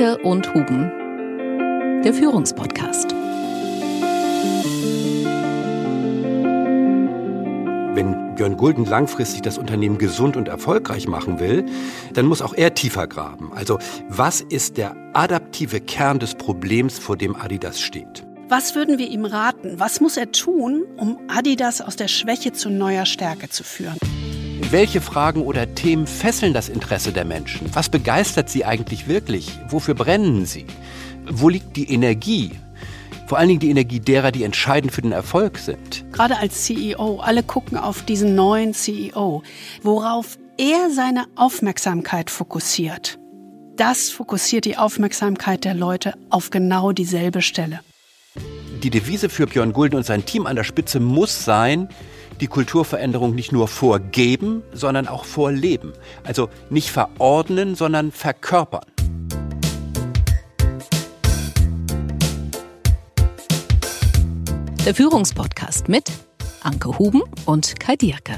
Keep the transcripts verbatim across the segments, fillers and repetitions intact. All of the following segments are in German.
Dierke und Huben, der Führungspodcast. Wenn Björn Gulden langfristig das Unternehmen gesund und erfolgreich machen will, dann muss auch er tiefer graben. Also, was ist der adaptive Kern des Problems, vor dem Adidas steht? Was würden wir ihm raten? Was muss er tun, um Adidas aus der Schwäche zu neuer Stärke zu führen? Welche Fragen oder Themen fesseln das Interesse der Menschen? Was begeistert sie eigentlich wirklich? Wofür brennen sie? Wo liegt die Energie? Vor allen Dingen die Energie derer, die entscheidend für den Erfolg sind. Gerade als C E O, alle gucken auf diesen neuen C E O, worauf er seine Aufmerksamkeit fokussiert. Das fokussiert die Aufmerksamkeit der Leute auf genau dieselbe Stelle. Die Devise für Björn Gulden und sein Team an der Spitze muss sein, die Kulturveränderung nicht nur vorgeben, sondern auch vorleben. Also nicht verordnen, sondern verkörpern. Der Führungspodcast mit Anke Huben und Kai Dierke.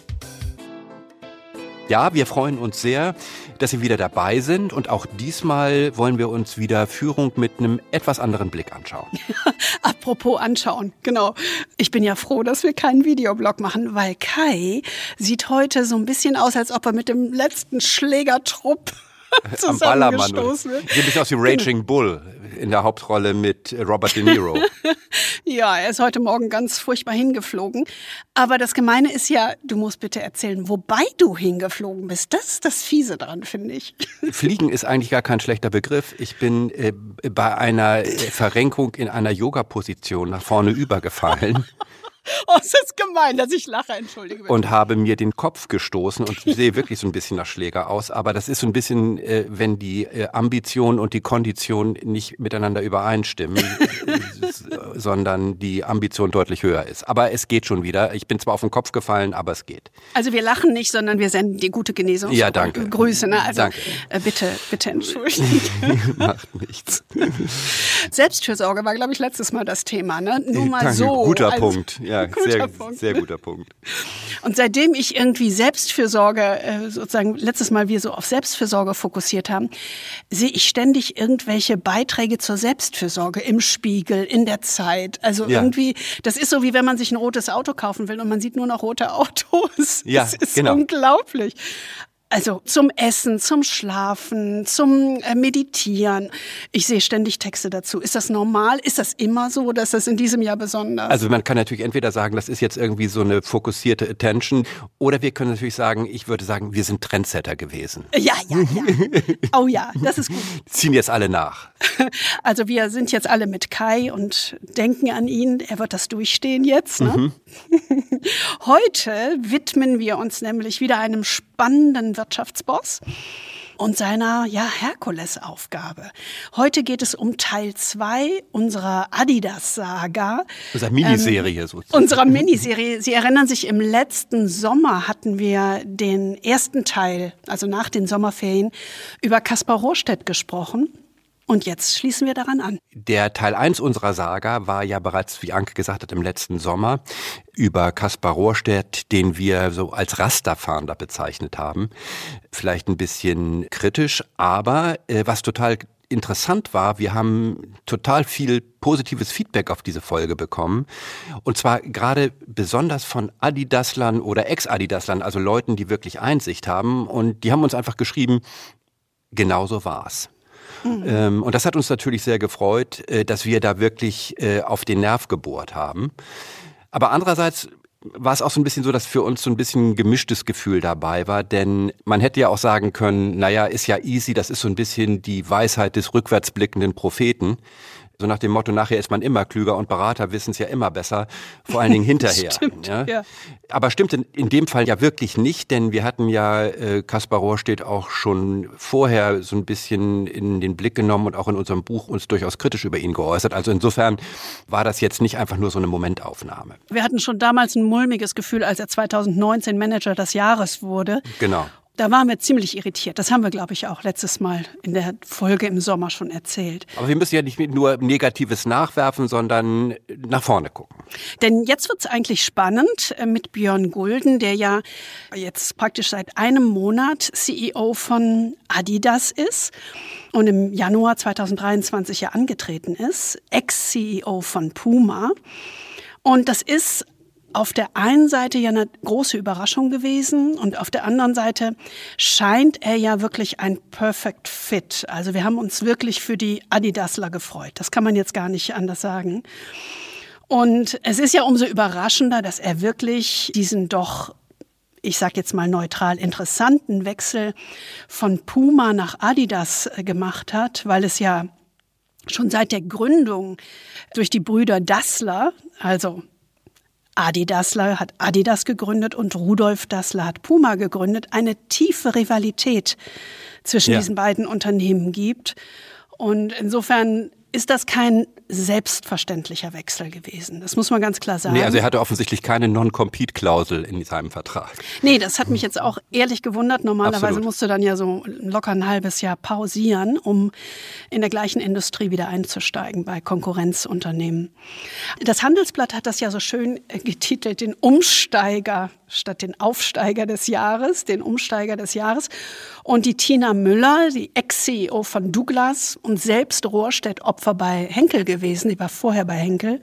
Ja, wir freuen uns sehr, dass Sie wieder dabei sind. Und auch diesmal wollen wir uns wieder Führung mit einem etwas anderen Blick anschauen. Apropos anschauen, genau. Ich bin ja froh, dass wir keinen Videoblog machen, weil Kai sieht heute so ein bisschen aus, als ob er mit dem letzten Schlägertrupp zusammengestoßen wird. Sieht ein bisschen aus wie Raging Bull in der Hauptrolle mit Robert De Niro. Ja, er ist heute Morgen ganz furchtbar hingeflogen. Aber das Gemeine ist ja, du musst bitte erzählen, wobei du hingeflogen bist. Das ist das Fiese dran, finde ich. Fliegen ist eigentlich gar kein schlechter Begriff. Ich bin äh, bei einer Verrenkung in einer Yoga-Position nach vorne übergefallen. Oh, es ist gemein, dass ich lache, entschuldige bitte. Und habe mir den Kopf gestoßen und sehe wirklich so ein bisschen nach Schläger aus. Aber das ist so ein bisschen, äh, wenn die äh, Ambition und die Kondition nicht miteinander übereinstimmen, sondern die Ambition deutlich höher ist. Aber es geht schon wieder. Ich bin zwar auf den Kopf gefallen, aber es geht. Also wir lachen nicht, sondern wir senden die gute Genesung. Ja, danke. Grüße, ne? Also danke. Äh, bitte, bitte entschuldigen. Macht nichts. Selbstfürsorge war, glaube ich, letztes Mal das Thema, ne? Nur mal danke, so. Guter als Punkt. Ja, guter sehr, Punkt. sehr guter Punkt. Und seitdem ich irgendwie Selbstfürsorge, äh, sozusagen letztes Mal wir so auf Selbstfürsorge fokussiert haben, sehe ich ständig irgendwelche Beiträge zur Selbstfürsorge im Spiegel, in der Zeit. Also ja. irgendwie, das ist so wie wenn man sich ein rotes Auto kaufen will und man sieht nur noch rote Autos. Ja, das ist genau. unglaublich. Also zum Essen, zum Schlafen, zum äh, Meditieren. Ich sehe ständig Texte dazu. Ist das normal? Ist das immer so, dass das in diesem Jahr besonders? Also man kann natürlich entweder sagen, das ist jetzt irgendwie so eine fokussierte Attention, oder wir können natürlich sagen, ich würde sagen, wir sind Trendsetter gewesen. Ja, ja, ja. Oh ja, das ist gut. Ziehen jetzt alle nach. Also wir sind jetzt alle mit Kai und denken an ihn. Er wird das durchstehen jetzt. Ne? Mhm. Heute widmen wir uns nämlich wieder einem spannenden Wirtschaftsboss und seiner ja, Herkulesaufgabe. Heute geht es um Teil zwei unserer Adidas-Saga. Unserer Miniserie ähm, sozusagen. Unserer Miniserie. Sie erinnern sich, im letzten Sommer hatten wir den ersten Teil, also nach den Sommerferien, über Kaspar Rohrstedt gesprochen. Und jetzt schließen wir daran an. Der Teil eins unserer Saga war ja bereits, wie Anke gesagt hat, im letzten Sommer über Kaspar Rohrstedt, den wir so als Rasterfahnder bezeichnet haben. Vielleicht ein bisschen kritisch, aber äh, was total interessant war, wir haben total viel positives Feedback auf diese Folge bekommen. Und zwar gerade besonders von Adidaslern oder Ex-Adidaslern, also Leuten, die wirklich Einsicht haben. Und die haben uns einfach geschrieben, genauso war's. Mhm. Und das hat uns natürlich sehr gefreut, dass wir da wirklich auf den Nerv gebohrt haben. Aber andererseits war es auch so ein bisschen so, dass für uns so ein bisschen ein gemischtes Gefühl dabei war, denn man hätte ja auch sagen können, naja, ist ja easy, das ist so ein bisschen die Weisheit des rückwärtsblickenden Propheten. So nach dem Motto, nachher ist man immer klüger und Berater wissen es ja immer besser, vor allen Dingen hinterher. Stimmt, ja? Ja. Aber stimmt in, in dem Fall ja wirklich nicht, denn wir hatten ja äh, Kaspar Rohrstedt auch schon vorher so ein bisschen in den Blick genommen und auch in unserem Buch uns durchaus kritisch über ihn geäußert. Also insofern war das jetzt nicht einfach nur so eine Momentaufnahme. Wir hatten schon damals ein mulmiges Gefühl, als er zwanzig neunzehn Manager des Jahres wurde. Genau. Da waren wir ziemlich irritiert. Das haben wir, glaube ich, auch letztes Mal in der Folge im Sommer schon erzählt. Aber wir müssen ja nicht nur Negatives nachwerfen, sondern nach vorne gucken. Denn jetzt wird es eigentlich spannend mit Björn Gulden, der ja jetzt praktisch seit einem Monat C E O von Adidas ist und im Januar zweitausenddreiundzwanzig ja angetreten ist, Ex-C E O von Puma. Und das ist auf der einen Seite ja eine große Überraschung gewesen und auf der anderen Seite scheint er ja wirklich ein Perfect Fit. Also wir haben uns wirklich für die Adidasler gefreut. Das kann man jetzt gar nicht anders sagen. Und es ist ja umso überraschender, dass er wirklich diesen doch, ich sag jetzt mal neutral, interessanten Wechsel von Puma nach Adidas gemacht hat, weil es ja schon seit der Gründung durch die Brüder Dassler, also Adi Dassler hat Adidas gegründet und Rudolf Dassler hat Puma gegründet, eine tiefe Rivalität zwischen ja. diesen beiden Unternehmen gibt. Und insofern ist das kein selbstverständlicher Wechsel gewesen. Das muss man ganz klar sagen. Nee, also er hatte offensichtlich keine Non-Compete-Klausel in seinem Vertrag. Nee, das hat mich jetzt auch ehrlich gewundert. Normalerweise Absolut. musst du dann ja so locker ein halbes Jahr pausieren, um in der gleichen Industrie wieder einzusteigen bei Konkurrenzunternehmen. Das Handelsblatt hat das ja so schön getitelt, den Umsteiger statt den Aufsteiger des Jahres, den Umsteiger des Jahres. Und die Tina Müller, die Ex-C E O von Douglas und selbst Rohrstedt-Opfer bei Henkel gewesen, die war vorher bei Henkel,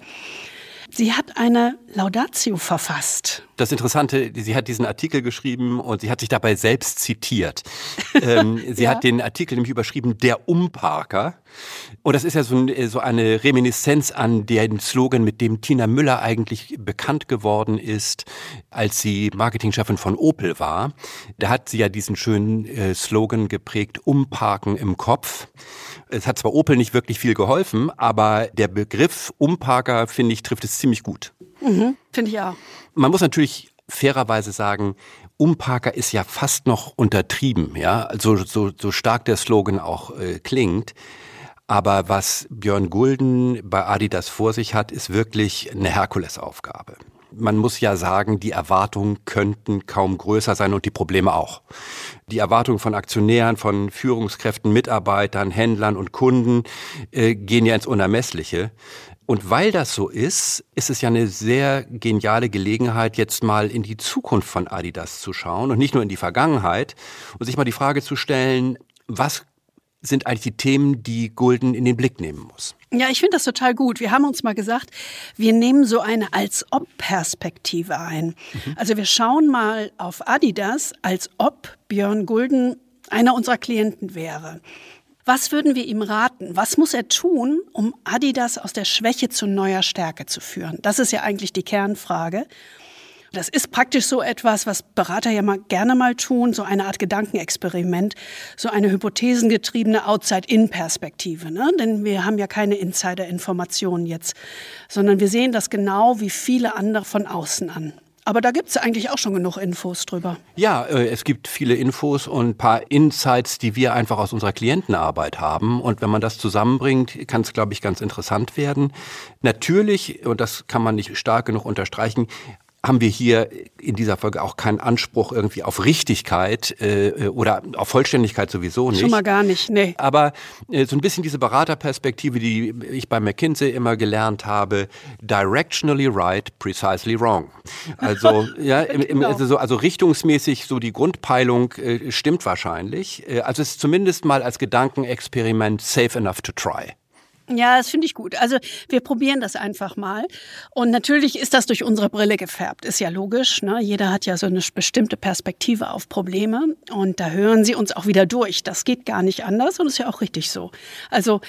sie hat eine Laudatio verfasst. Das Interessante, sie hat diesen Artikel geschrieben und sie hat sich dabei selbst zitiert. ähm, sie ja. hat den Artikel nämlich überschrieben, der Umparker. Und das ist ja so, ein, so eine Reminiszenz an den Slogan, mit dem Tina Müller eigentlich bekannt geworden ist, als sie Marketingchefin von Opel war. Da hat sie ja diesen schönen äh, Slogan geprägt, Umparken im Kopf. Es hat zwar Opel nicht wirklich viel geholfen, aber der Begriff Umparker, finde ich, trifft es ziemlich gut. Mhm, finde ich auch. Man muss natürlich fairerweise sagen, Umparker ist ja fast noch untertrieben, ja, also so, so stark der Slogan auch äh, klingt. Aber was Björn Gulden bei Adidas vor sich hat, ist wirklich eine Herkulesaufgabe. Man muss ja sagen, die Erwartungen könnten kaum größer sein und die Probleme auch. Die Erwartungen von Aktionären, von Führungskräften, Mitarbeitern, Händlern und Kunden äh, gehen ja ins Unermessliche. Und weil das so ist, ist es ja eine sehr geniale Gelegenheit, jetzt mal in die Zukunft von Adidas zu schauen und nicht nur in die Vergangenheit und sich mal die Frage zu stellen, was sind eigentlich die Themen, die Gulden in den Blick nehmen muss. Ja, ich finde das total gut. Wir haben uns mal gesagt, wir nehmen so eine Als-Ob-Perspektive ein. Mhm. Also wir schauen mal auf Adidas, als ob Björn Gulden einer unserer Klienten wäre. Was würden wir ihm raten? Was muss er tun, um Adidas aus der Schwäche zu neuer Stärke zu führen? Das ist ja eigentlich die Kernfrage. Das ist praktisch so etwas, was Berater ja mal gerne mal tun, so eine Art Gedankenexperiment, so eine hypothesengetriebene Outside-In-Perspektive, ne? Denn wir haben ja keine Insider-Informationen jetzt, sondern wir sehen das genau wie viele andere von außen an. Aber da gibt es eigentlich auch schon genug Infos drüber. Ja, äh, es gibt viele Infos und ein paar Insights, die wir einfach aus unserer Klientenarbeit haben. Und wenn man das zusammenbringt, kann es, glaube ich, ganz interessant werden. Natürlich, und das kann man nicht stark genug unterstreichen, haben wir hier in dieser Folge auch keinen Anspruch irgendwie auf Richtigkeit äh, oder auf Vollständigkeit sowieso nicht. Schon mal gar nicht, nee. Aber äh, so ein bisschen diese Beraterperspektive, die ich bei McKinsey immer gelernt habe, directionally right, precisely wrong. Also ja, im, im, also, so, also richtungsmäßig so die Grundpeilung äh, stimmt wahrscheinlich. Äh, also es ist zumindest mal als Gedankenexperiment safe enough to try. Ja, das finde ich gut. Also wir probieren das einfach mal. Und natürlich ist das durch unsere Brille gefärbt. Ist ja logisch, ne? Jeder hat ja so eine bestimmte Perspektive auf Probleme. Und da hören sie uns auch wieder durch. Das geht gar nicht anders und ist ja auch richtig so. Also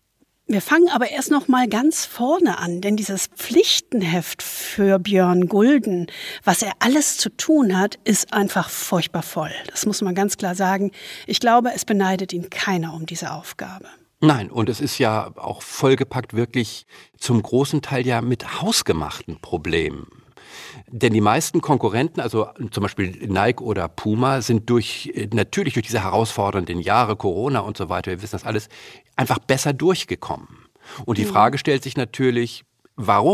wir fangen aber erst noch mal ganz vorne an. Denn dieses Pflichtenheft für Björn Gulden, was er alles zu tun hat, ist einfach furchtbar voll. Das muss man ganz klar sagen. Ich glaube, es beneidet ihn keiner um diese Aufgabe. Nein, und es ist ja auch vollgepackt wirklich zum großen Teil ja mit hausgemachten Problemen. Denn die meisten Konkurrenten, also zum Beispiel Nike oder Puma, sind durch natürlich durch diese herausfordernden Jahre, Corona und so weiter, wir wissen das alles, einfach besser durchgekommen. Und die Frage stellt sich natürlich, warum?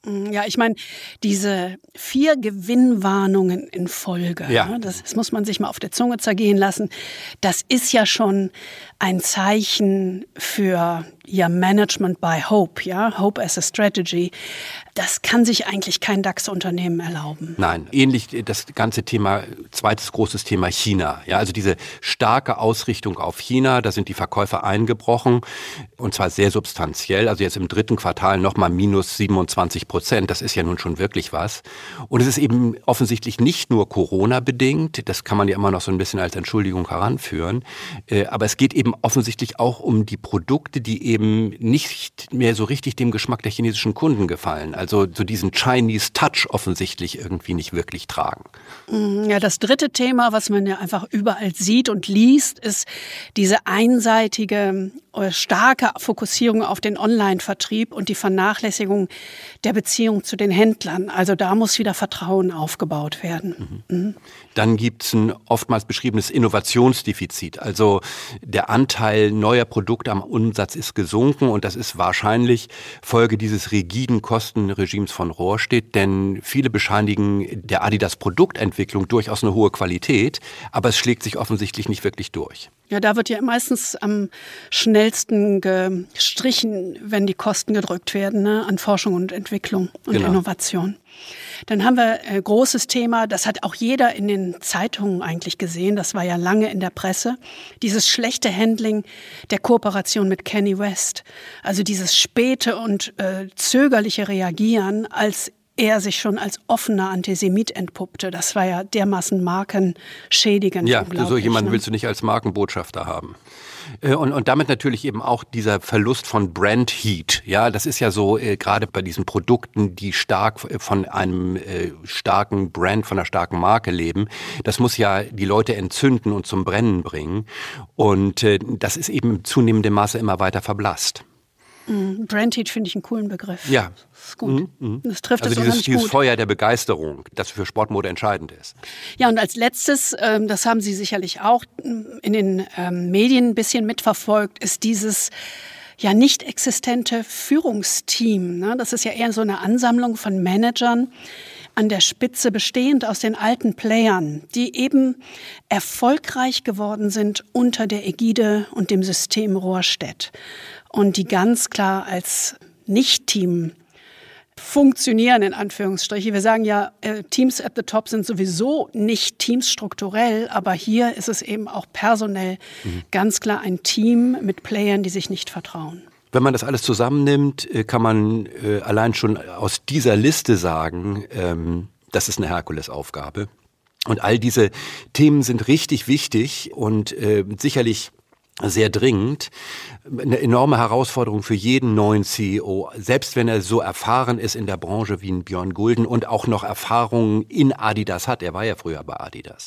Ja, ich meine, diese vier Gewinnwarnungen in Folge, ja. ne, das, das muss man sich mal auf der Zunge zergehen lassen, das ist ja schon ein Zeichen für ja, Management by Hope, ja, Hope as a Strategy. Das kann sich eigentlich kein DAX-Unternehmen erlauben. Nein, ähnlich das ganze Thema, zweites großes Thema China. Ja, also diese starke Ausrichtung auf China, da sind die Verkäufe eingebrochen und zwar sehr substanziell. Also jetzt im dritten Quartal nochmal minus siebenundzwanzig Prozent. Das ist ja nun schon wirklich was. Und es ist eben offensichtlich nicht nur Corona-bedingt. Das kann man ja immer noch so ein bisschen als Entschuldigung heranführen. Aber es geht eben offensichtlich auch um die Produkte, die eben nicht mehr so richtig dem Geschmack der chinesischen Kunden gefallen. Also so diesen Chinese Touch offensichtlich irgendwie nicht wirklich tragen. Ja, das dritte Thema, was man ja einfach überall sieht und liest, ist diese einseitige, starke Fokussierung auf den Online-Vertrieb und die Vernachlässigung der Beziehung zu den Händlern. Also da muss wieder Vertrauen aufgebaut werden. Mhm. Mhm. Dann gibt es ein oftmals beschriebenes Innovationsdefizit. Also der Anteil neuer Produkte am Umsatz ist gesunken und das ist wahrscheinlich Folge dieses rigiden Kostenregimes von Rohrstedt, denn viele bescheinigen der Adidas Produktentwicklung durchaus eine hohe Qualität, aber es schlägt sich offensichtlich nicht wirklich durch. Ja, da wird ja meistens am schnellsten gestrichen, wenn die Kosten gedrückt werden, ne, an Forschung und Entwicklung und genau. Innovation. Dann haben wir ein großes Thema, das hat auch jeder in den Zeitungen eigentlich gesehen, das war ja lange in der Presse, dieses schlechte Handling der Kooperation mit Kanye West. Also dieses späte und äh, zögerliche Reagieren, als er sich schon als offener Antisemit entpuppte. Das war ja dermaßen markenschädigend. Ja, so jemanden ne? willst du nicht als Markenbotschafter haben. Und, und damit natürlich eben auch dieser Verlust von Brand Heat. Ja, das ist ja so, äh, gerade bei diesen Produkten, die stark von einem äh, starken Brand, von einer starken Marke leben. Das muss ja die Leute entzünden und zum Brennen bringen. Und äh, das ist eben in zunehmendem Maße immer weiter verblasst. Mm, Brand Heat finde ich einen coolen Begriff. Ja. Das ist gut. Mhm. Das trifft also es dieses, dieses gut. Feuer der Begeisterung, das für Sportmode entscheidend ist. Ja, und als letztes, ähm, das haben Sie sicherlich auch in den ähm, Medien ein bisschen mitverfolgt, ist dieses ja nicht existente Führungsteam. Ne? Das ist ja eher so eine Ansammlung von Managern, an der Spitze bestehend aus den alten Playern, die eben erfolgreich geworden sind unter der Ägide und dem System Rohrstedt und die ganz klar als Nicht-Team funktionieren, in Anführungsstriche. Wir sagen ja, äh, Teams at the top sind sowieso nicht Teams strukturell, aber hier ist es eben auch personell mhm. ganz klar ein Team mit Playern, die sich nicht vertrauen. Wenn man das alles zusammennimmt, kann man äh, allein schon aus dieser Liste sagen, ähm, das ist eine Herkulesaufgabe. Und all diese Themen sind richtig wichtig und äh, sicherlich sehr dringend. Eine enorme Herausforderung für jeden neuen C E O, selbst wenn er so erfahren ist in der Branche wie ein Björn Gulden und auch noch Erfahrungen in Adidas hat. Er war ja früher bei Adidas.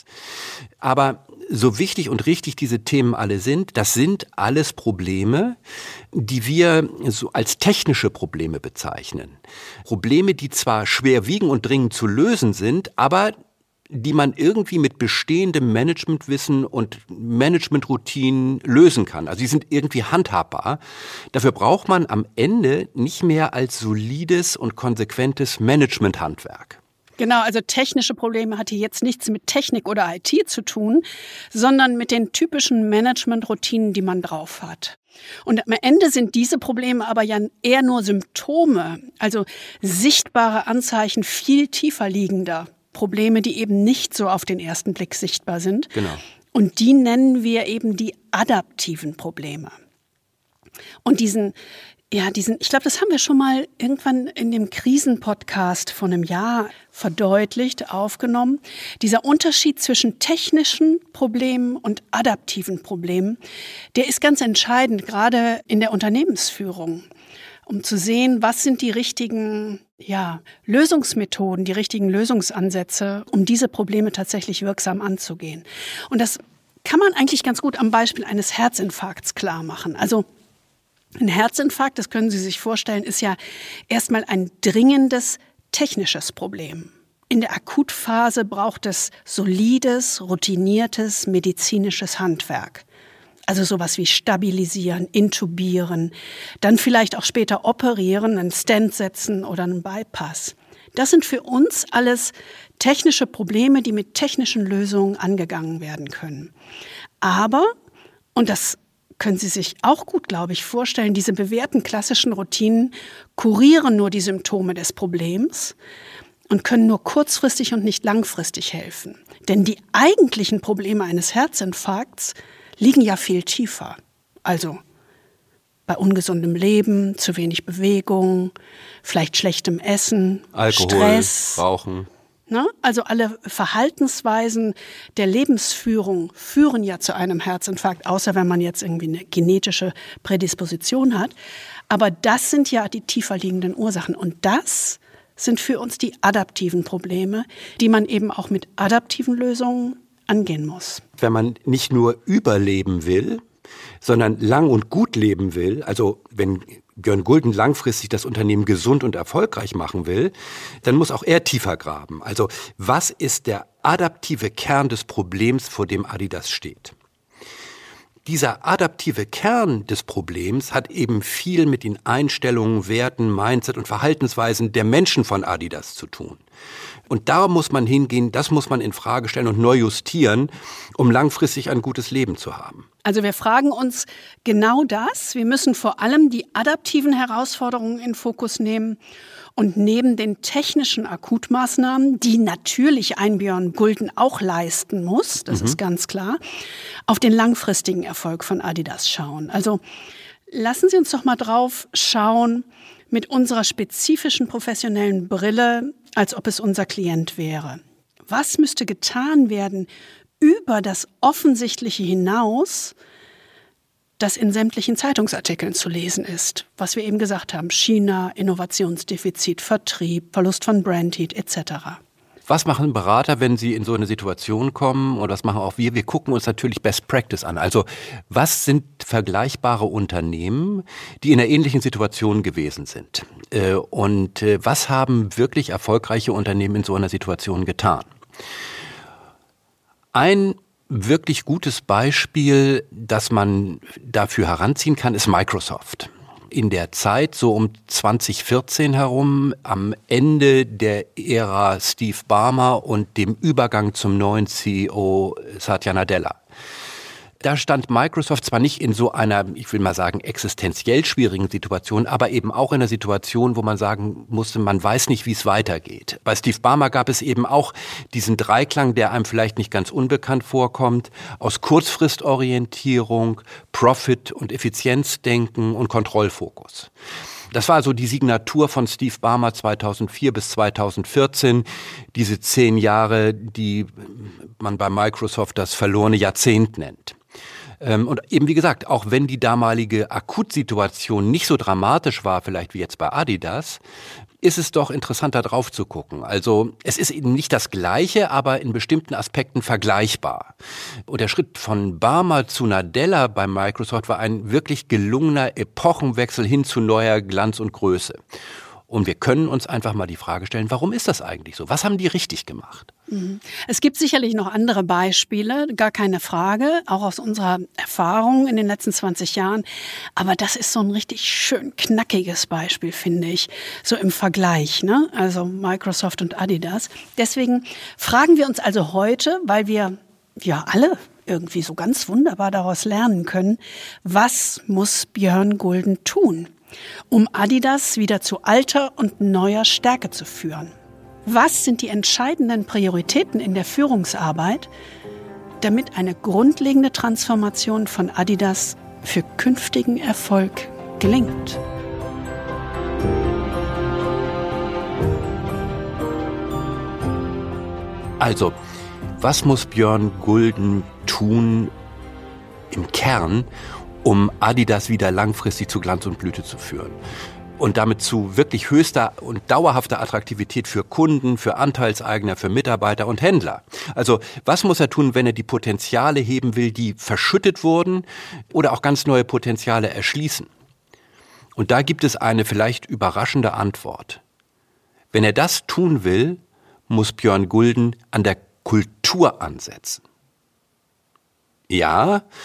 Aber so wichtig und richtig diese Themen alle sind, das sind alles Probleme, die wir so als technische Probleme bezeichnen. Probleme, die zwar schwer wiegen und dringend zu lösen sind, aber die man irgendwie mit bestehendem Managementwissen und Managementroutinen lösen kann. Also die sind irgendwie handhabbar. Dafür braucht man am Ende nicht mehr als solides und konsequentes Managementhandwerk. Genau, also technische Probleme hat hier jetzt nichts mit Technik oder I T zu tun, sondern mit den typischen Managementroutinen, die man drauf hat. Und am Ende sind diese Probleme aber ja eher nur Symptome, also sichtbare Anzeichen viel tiefer liegender Probleme, die eben nicht so auf den ersten Blick sichtbar sind. Genau. Und die nennen wir eben die adaptiven Probleme. Und diesen, ja, diesen, ich glaube, das haben wir schon mal irgendwann in dem Krisenpodcast von einem Jahr verdeutlicht, aufgenommen. Dieser Unterschied zwischen technischen Problemen und adaptiven Problemen, der ist ganz entscheidend, gerade in der Unternehmensführung, um zu sehen, was sind die richtigen ja, Lösungsmethoden, die richtigen Lösungsansätze, um diese Probleme tatsächlich wirksam anzugehen. Und das kann man eigentlich ganz gut am Beispiel eines Herzinfarkts klar machen. Also ein Herzinfarkt, das können Sie sich vorstellen, ist ja erstmal ein dringendes technisches Problem. In der Akutphase braucht es solides, routiniertes medizinisches Handwerk. Also sowas wie stabilisieren, intubieren, dann vielleicht auch später operieren, einen Stent setzen oder einen Bypass. Das sind für uns alles technische Probleme, die mit technischen Lösungen angegangen werden können. Aber, und das können Sie sich auch gut, glaube ich, vorstellen, diese bewährten klassischen Routinen kurieren nur die Symptome des Problems und können nur kurzfristig und nicht langfristig helfen. Denn die eigentlichen Probleme eines Herzinfarkts liegen ja viel tiefer. Also bei ungesundem Leben, zu wenig Bewegung, vielleicht schlechtem Essen, Alkohol, Stress, Rauchen. Ne? Also alle Verhaltensweisen der Lebensführung führen ja zu einem Herzinfarkt, außer wenn man jetzt irgendwie eine genetische Prädisposition hat. Aber das sind ja die tiefer liegenden Ursachen. Und das sind für uns die adaptiven Probleme, die man eben auch mit adaptiven Lösungen angehen muss. Wenn man nicht nur überleben will, sondern lang und gut leben will, also wenn Björn Gulden langfristig das Unternehmen gesund und erfolgreich machen will, dann muss auch er tiefer graben. Also was ist der adaptive Kern des Problems, vor dem Adidas steht? Dieser adaptive Kern des Problems hat eben viel mit den Einstellungen, Werten, Mindset und Verhaltensweisen der Menschen von Adidas zu tun. Und da muss man hingehen, das muss man in Frage stellen und neu justieren, um langfristig ein gutes Leben zu haben. Also wir fragen uns genau das. Wir müssen vor allem die adaptiven Herausforderungen in Fokus nehmen und neben den technischen Akutmaßnahmen, die natürlich ein Björn Gulden auch leisten muss, das mhm. ist ganz klar, auf den langfristigen Erfolg von Adidas schauen. Also lassen Sie uns doch mal drauf schauen mit unserer spezifischen professionellen Brille, als ob es unser Klient wäre. Was müsste getan werden über das Offensichtliche hinaus, das in sämtlichen Zeitungsartikeln zu lesen ist? Was wir eben gesagt haben, China, Innovationsdefizit, Vertrieb, Verlust von Brandheat et cetera. Was machen Berater, wenn sie in so eine Situation kommen? Und was machen auch wir? Wir gucken uns natürlich Best Practice an. Also was sind vergleichbare Unternehmen, die in einer ähnlichen Situation gewesen sind? Und was haben wirklich erfolgreiche Unternehmen in so einer Situation getan? Ein wirklich gutes Beispiel, das man dafür heranziehen kann, ist Microsoft. In der Zeit, so um zwanzig vierzehn herum, am Ende der Ära Steve Ballmer und dem Übergang zum neuen C E O Satya Nadella. Da stand Microsoft zwar nicht in so einer, ich will mal sagen, existenziell schwierigen Situation, aber eben auch in einer Situation, wo man sagen musste, man weiß nicht, wie es weitergeht. Bei Steve Ballmer gab es eben auch diesen Dreiklang, der einem vielleicht nicht ganz unbekannt vorkommt, aus Kurzfristorientierung, Profit- und Effizienzdenken und Kontrollfokus. Das war so die Signatur von Steve Ballmer zweitausendvier bis zweitausendvierzehn, diese zehn Jahre, die man bei Microsoft das verlorene Jahrzehnt nennt. Und eben wie gesagt, auch wenn die damalige Akutsituation nicht so dramatisch war, vielleicht wie jetzt bei Adidas, ist es doch interessant, da drauf zu gucken. Also es ist eben nicht das Gleiche, aber in bestimmten Aspekten vergleichbar. Und der Schritt von Ballmer zu Nadella bei Microsoft war ein wirklich gelungener Epochenwechsel hin zu neuer Glanz und Größe. Und wir können uns einfach mal die Frage stellen, warum ist das eigentlich so? Was haben die richtig gemacht? Es gibt sicherlich noch andere Beispiele, gar keine Frage, auch aus unserer Erfahrung in den letzten zwanzig Jahren. Aber das ist so ein richtig schön knackiges Beispiel, finde ich, so im Vergleich, ne? Also Microsoft und Adidas. Deswegen fragen wir uns also heute, weil wir ja alle irgendwie so ganz wunderbar daraus lernen können, was muss Björn Gulden tun, um Adidas wieder zu alter und neuer Stärke zu führen? Was sind die entscheidenden Prioritäten in der Führungsarbeit, damit eine grundlegende Transformation von Adidas für künftigen Erfolg gelingt? Also, was muss Björn Gulden tun im Kern, um Adidas wieder langfristig zu Glanz und Blüte zu führen? Und damit zu wirklich höchster und dauerhafter Attraktivität für Kunden, für Anteilseigner, für Mitarbeiter und Händler. Also was muss er tun, wenn er die Potenziale heben will, die verschüttet wurden oder auch ganz neue Potenziale erschließen? Und da gibt es eine vielleicht überraschende Antwort. Wenn er das tun will, muss Björn Gulden an der Kultur ansetzen. Ja,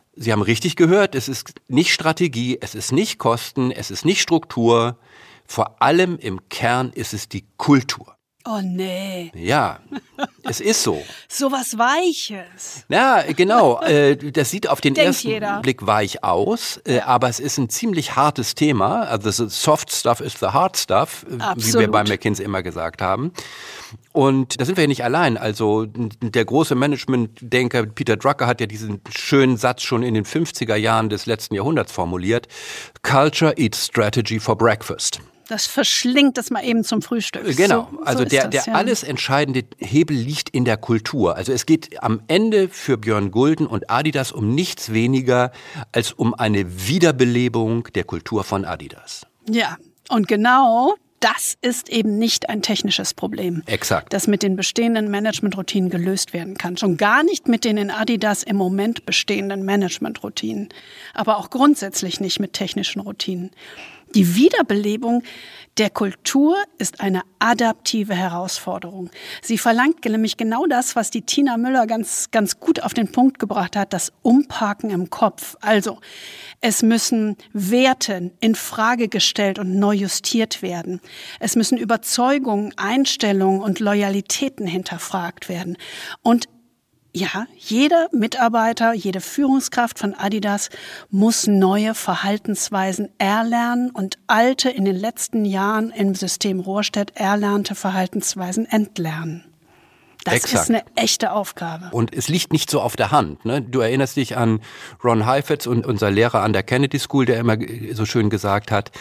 Sie haben richtig gehört, es ist nicht Strategie, es ist nicht Kosten, es ist nicht Struktur. Vor allem im Kern ist es die Kultur. Oh nee. Ja, es ist so. So was Weiches. Ja, genau. Äh, das sieht auf den Denkt ersten jeder. Blick weich aus, äh, aber es ist ein ziemlich hartes Thema. Also the soft stuff is the hard stuff, äh, wie Absolut. wir bei McKinsey immer gesagt haben. Und da sind wir ja nicht allein. Also der große Management-Denker Peter Drucker hat ja diesen schönen Satz schon in den fünfziger Jahren des letzten Jahrhunderts formuliert. Culture eats strategy for breakfast. Das verschlingt es mal eben zum Frühstück. Genau, so, also so der, das, der ja. alles entscheidende Hebel liegt in der Kultur. Also es geht am Ende für Björn Gulden und Adidas um nichts weniger als um eine Wiederbelebung der Kultur von Adidas. Ja, und genau das ist eben nicht ein technisches Problem. Exakt. Das mit den bestehenden Managementroutinen gelöst werden kann. Schon gar nicht mit den in Adidas im Moment bestehenden Managementroutinen. Aber auch grundsätzlich nicht mit technischen Routinen. Die Wiederbelebung der Kultur ist eine adaptive Herausforderung. Sie verlangt nämlich genau das, was die Tina Müller ganz, ganz gut auf den Punkt gebracht hat, das Umparken im Kopf. Also, es müssen Werte in Frage gestellt und neu justiert werden. Es müssen Überzeugungen, Einstellungen und Loyalitäten hinterfragt werden. Und ja, jeder Mitarbeiter, jede Führungskraft von Adidas muss neue Verhaltensweisen erlernen und alte, in den letzten Jahren im System Rohrstedt erlernte Verhaltensweisen entlernen. Das Exakt. ist eine echte Aufgabe. Und es liegt nicht so auf der Hand. Ne? Du erinnerst dich an Ron Heifetz und unser Lehrer an der Kennedy School, der immer so schön gesagt hat,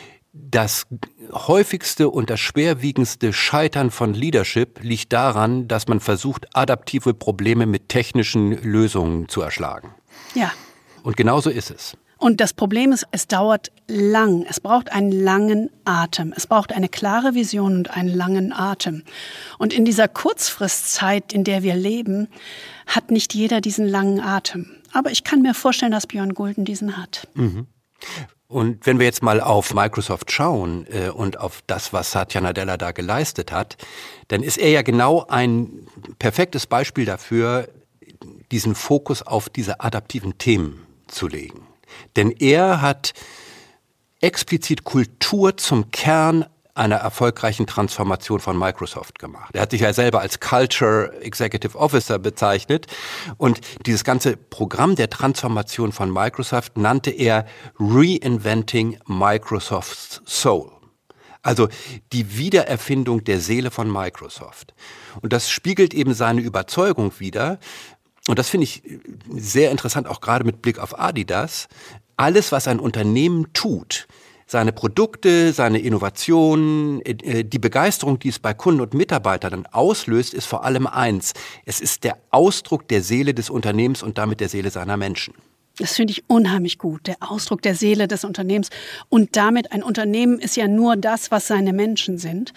das häufigste und das schwerwiegendste Scheitern von Leadership liegt daran, dass man versucht, adaptive Probleme mit technischen Lösungen zu erschlagen. Ja. Und genauso ist es. Und das Problem ist, es dauert lang. Es braucht einen langen Atem. Es braucht eine klare Vision und einen langen Atem. Und in dieser Kurzfristzeit, in der wir leben, hat nicht jeder diesen langen Atem. Aber ich kann mir vorstellen, dass Björn Gulden diesen hat. Mhm. Und wenn wir jetzt mal auf Microsoft schauen äh, und auf das, was Satya Nadella da geleistet hat, dann ist er ja genau ein perfektes Beispiel dafür, diesen Fokus auf diese adaptiven Themen zu legen. Denn er hat explizit Kultur zum Kern einer erfolgreichen Transformation von Microsoft gemacht. Er hat sich ja selber als Culture Executive Officer bezeichnet und dieses ganze Programm der Transformation von Microsoft nannte er Reinventing Microsoft's Soul. Also die Wiedererfindung der Seele von Microsoft. Und das spiegelt eben seine Überzeugung wider. Und das finde ich sehr interessant, auch gerade mit Blick auf Adidas. Alles, was ein Unternehmen tut, seine Produkte, seine Innovationen, die Begeisterung, die es bei Kunden und Mitarbeitern dann auslöst, ist vor allem eins. Es ist der Ausdruck der Seele des Unternehmens und damit der Seele seiner Menschen. Das finde ich unheimlich gut, der Ausdruck der Seele des Unternehmens. Und damit, ein Unternehmen ist ja nur das, was seine Menschen sind.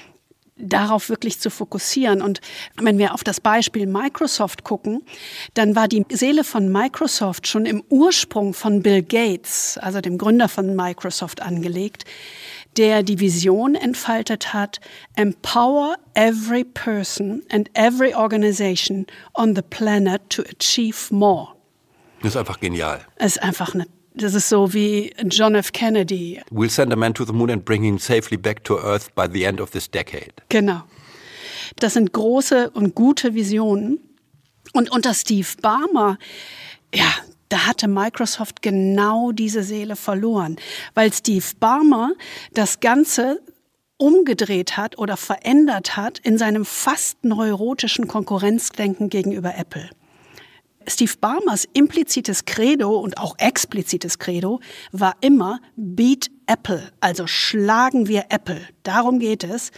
Darauf wirklich zu fokussieren. Und wenn wir auf das Beispiel Microsoft gucken, dann war die Seele von Microsoft schon im Ursprung von Bill Gates, also dem Gründer von Microsoft, angelegt, der die Vision entfaltet hat, empower every person and every organization on the planet to achieve more. Das ist einfach genial. Es ist einfach eine Das ist so wie John F. Kennedy. We'll send a man to the moon and bring him safely back to Earth by the end of this decade. Genau. Das sind große und gute Visionen. Und unter Steve Ballmer, ja, da hatte Microsoft genau diese Seele verloren. Weil Steve Ballmer das Ganze umgedreht hat oder verändert hat in seinem fast neurotischen Konkurrenzdenken gegenüber Apple. Steve Ballmers implizites Credo und auch explizites Credo war immer Beat Apple, also schlagen wir Apple. Darum geht es.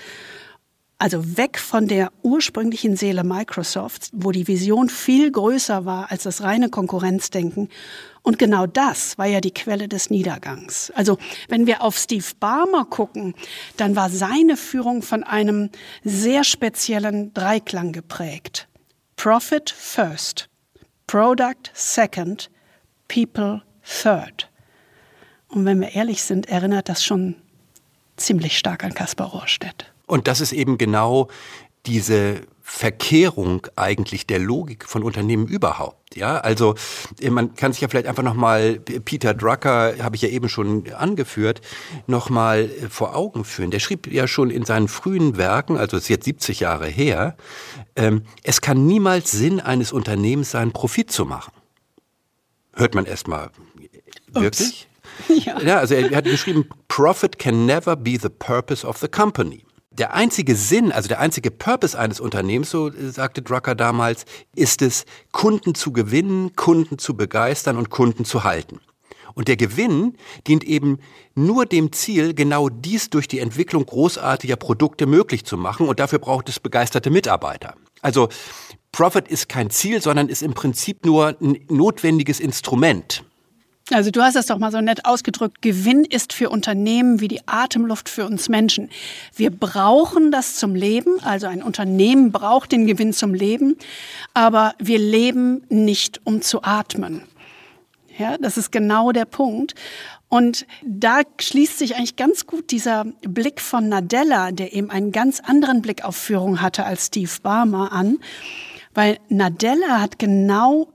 Also weg von der ursprünglichen Seele Microsofts, wo die Vision viel größer war als das reine Konkurrenzdenken. Und genau das war ja die Quelle des Niedergangs. Also wenn wir auf Steve Ballmer gucken, dann war seine Führung von einem sehr speziellen Dreiklang geprägt. Profit first. Product second, people third. Und wenn wir ehrlich sind, erinnert das schon ziemlich stark an Kaspar Rohrstedt. Und das ist eben genau diese Verkehrung eigentlich der Logik von Unternehmen überhaupt. Ja, also man kann sich ja vielleicht einfach nochmal, Peter Drucker, habe ich ja eben schon angeführt, nochmal vor Augen führen. Der schrieb ja schon in seinen frühen Werken, also es ist jetzt siebzig Jahre her, ähm, es kann niemals Sinn eines Unternehmens sein, Profit zu machen. Hört man erstmal wirklich? Ja. Ja, also er hat geschrieben, Profit can never be the purpose of the company. Der einzige Sinn, also der einzige Purpose eines Unternehmens, so sagte Drucker damals, ist es, Kunden zu gewinnen, Kunden zu begeistern und Kunden zu halten. Und der Gewinn dient eben nur dem Ziel, genau dies durch die Entwicklung großartiger Produkte möglich zu machen. Und dafür braucht es begeisterte Mitarbeiter. Also Profit ist kein Ziel, sondern ist im Prinzip nur ein notwendiges Instrument. Also du hast das doch mal so nett ausgedrückt. Gewinn ist für Unternehmen wie die Atemluft für uns Menschen. Wir brauchen das zum Leben. Also ein Unternehmen braucht den Gewinn zum Leben. Aber wir leben nicht, um zu atmen. Ja, das ist genau der Punkt. Und da schließt sich eigentlich ganz gut dieser Blick von Nadella, der eben einen ganz anderen Blick auf Führung hatte als Steve Ballmer, an. Weil Nadella hat genau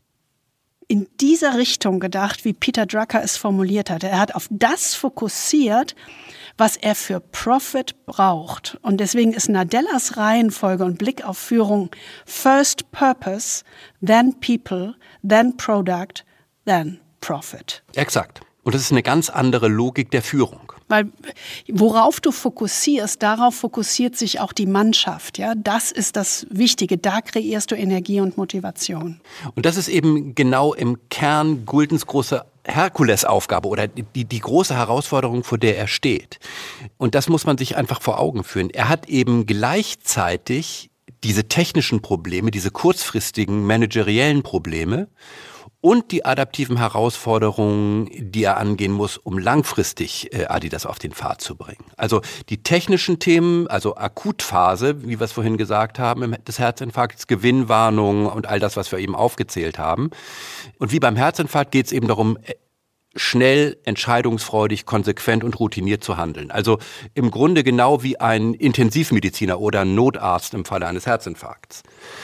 in dieser Richtung gedacht, wie Peter Drucker es formuliert hatte. Er hat auf das fokussiert, was er für Profit braucht. Und deswegen ist Nadellas Reihenfolge und Blick auf Führung First Purpose, then People, then Product, then Profit. Exakt. Und das ist eine ganz andere Logik der Führung. Weil worauf du fokussierst, darauf fokussiert sich auch die Mannschaft. Ja, das ist das Wichtige. Da kreierst du Energie und Motivation. Und das ist eben genau im Kern Guldens große Herkulesaufgabe oder die, die große Herausforderung, vor der er steht. Und das muss man sich einfach vor Augen führen. Er hat eben gleichzeitig diese technischen Probleme, diese kurzfristigen manageriellen Probleme und die adaptiven Herausforderungen, die er angehen muss, um langfristig äh, Adidas auf den Pfad zu bringen. Also die technischen Themen, also Akutphase, wie wir es vorhin gesagt haben, des Herzinfarkts, Gewinnwarnung und all das, was wir eben aufgezählt haben. Und wie beim Herzinfarkt geht es eben darum, schnell, entscheidungsfreudig, konsequent und routiniert zu handeln. Also im Grunde genau wie ein Intensivmediziner oder ein Notarzt im Falle eines Herzinfarkts.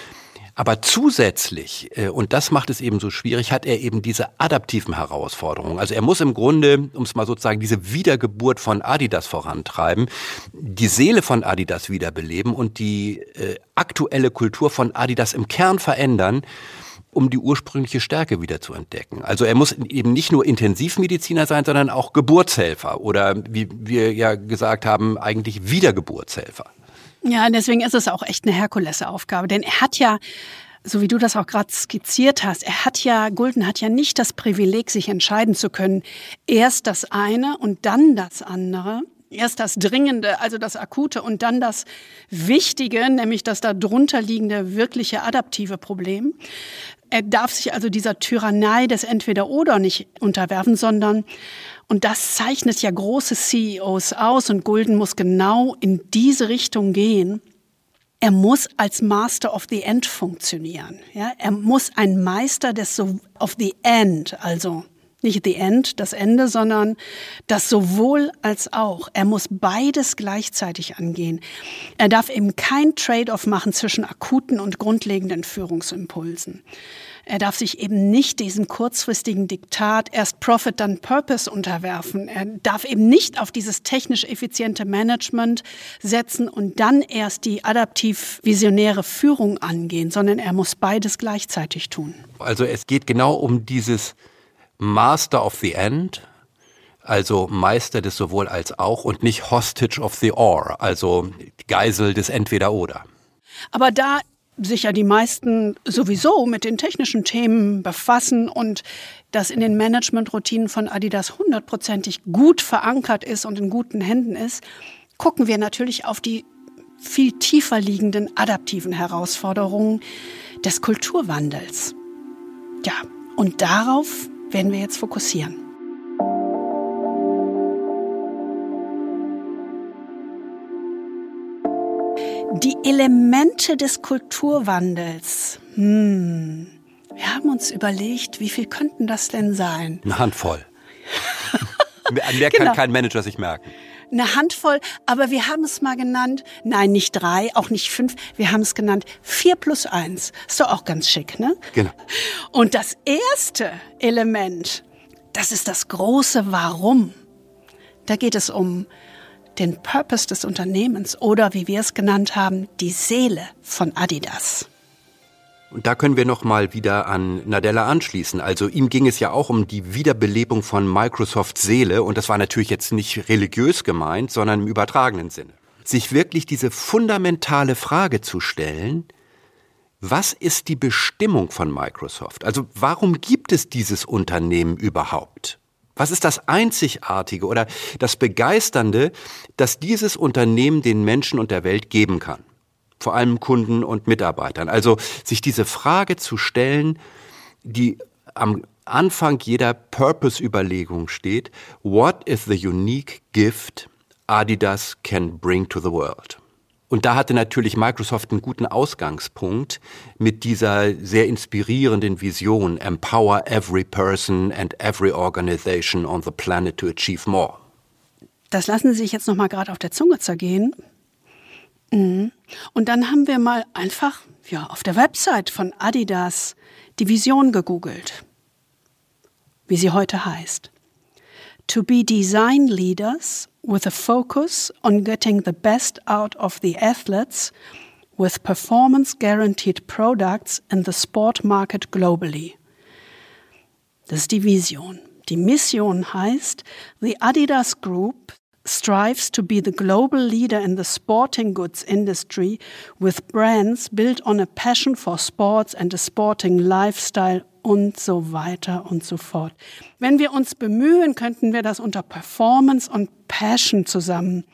Aber zusätzlich, und das macht es eben so schwierig, hat er eben diese adaptiven Herausforderungen. Also er muss im Grunde, um es mal sozusagen, diese Wiedergeburt von Adidas vorantreiben, die Seele von Adidas wiederbeleben und die äh, aktuelle Kultur von Adidas im Kern verändern, um die ursprüngliche Stärke wieder zu entdecken. Also er muss eben nicht nur Intensivmediziner sein, sondern auch Geburtshelfer oder, wie wir ja gesagt haben, eigentlich Wiedergeburtshelfer. Ja, deswegen ist es auch echt eine Herkulesaufgabe, denn er hat ja, so wie du das auch gerade skizziert hast, er hat ja, Gulden hat ja nicht das Privileg, sich entscheiden zu können, erst das eine und dann das andere. Erst das Dringende, also das Akute und dann das Wichtige, nämlich das darunter liegende wirkliche adaptive Problem. Er darf sich also dieser Tyrannei des Entweder-Oder nicht unterwerfen, sondern, und das zeichnet ja große C E Os aus, und Gulden muss genau in diese Richtung gehen. Er muss als Master of the End funktionieren. Ja? Er muss ein Meister des so of the End, also nicht the End, das Ende, sondern das sowohl als auch. Er muss beides gleichzeitig angehen. Er darf eben kein Trade-off machen zwischen akuten und grundlegenden Führungsimpulsen. Er darf sich eben nicht diesem kurzfristigen Diktat erst Profit, dann Purpose unterwerfen. Er darf eben nicht auf dieses technisch effiziente Management setzen und dann erst die adaptiv-visionäre Führung angehen, sondern er muss beides gleichzeitig tun. Also es geht genau um dieses Master of the End, also Meister des sowohl als auch und nicht Hostage of the Or, also Geisel des Entweder-Oder. Aber da sich ja die meisten sowieso mit den technischen Themen befassen und das in den Managementroutinen von Adidas hundertprozentig gut verankert ist und in guten Händen ist, gucken wir natürlich auf die viel tiefer liegenden adaptiven Herausforderungen des Kulturwandels. Ja, und darauf werden wir jetzt fokussieren. Die Elemente des Kulturwandels. Hm. Wir haben uns überlegt, wie viel könnten das denn sein? Eine Handvoll. An mehr Genau. kann kein Manager sich merken. Eine Handvoll, aber wir haben es mal genannt, nein, nicht drei, auch nicht fünf, wir haben es genannt vier plus eins. Ist doch auch ganz schick, ne? Genau. Und das erste Element, das ist das große Warum. Da geht es um den Purpose des Unternehmens oder, wie wir es genannt haben, die Seele von Adidas. Und da können wir noch mal wieder an Nadella anschließen. Also ihm ging es ja auch um die Wiederbelebung von Microsofts Seele. Und das war natürlich jetzt nicht religiös gemeint, sondern im übertragenen Sinne. Sich wirklich diese fundamentale Frage zu stellen, was ist die Bestimmung von Microsoft? Also warum gibt es dieses Unternehmen überhaupt? Was ist das Einzigartige oder das Begeisternde, das dieses Unternehmen den Menschen und der Welt geben kann? Vor allem Kunden und Mitarbeitern. Also sich diese Frage zu stellen, die am Anfang jeder Purpose-Überlegung steht, what is the unique gift Adidas can bring to the world? Und da hatte natürlich Microsoft einen guten Ausgangspunkt mit dieser sehr inspirierenden Vision, empower every person and every organization on the planet to achieve more. Das lassen Sie sich jetzt noch mal gerade auf der Zunge zergehen. Und dann haben wir mal einfach ja, auf der Website von Adidas die Vision gegoogelt, wie sie heute heißt. To be design leaders with a focus on getting the best out of the athletes with performance guaranteed products in the sport market globally. Das ist die Vision. Die Mission heißt, the Adidas Group strives to be the global leader in the sporting goods industry with brands built on a passion for sports and a sporting lifestyle und so weiter und so fort. Wenn wir uns bemühen, könnten wir das unter Performance und Passion zusammen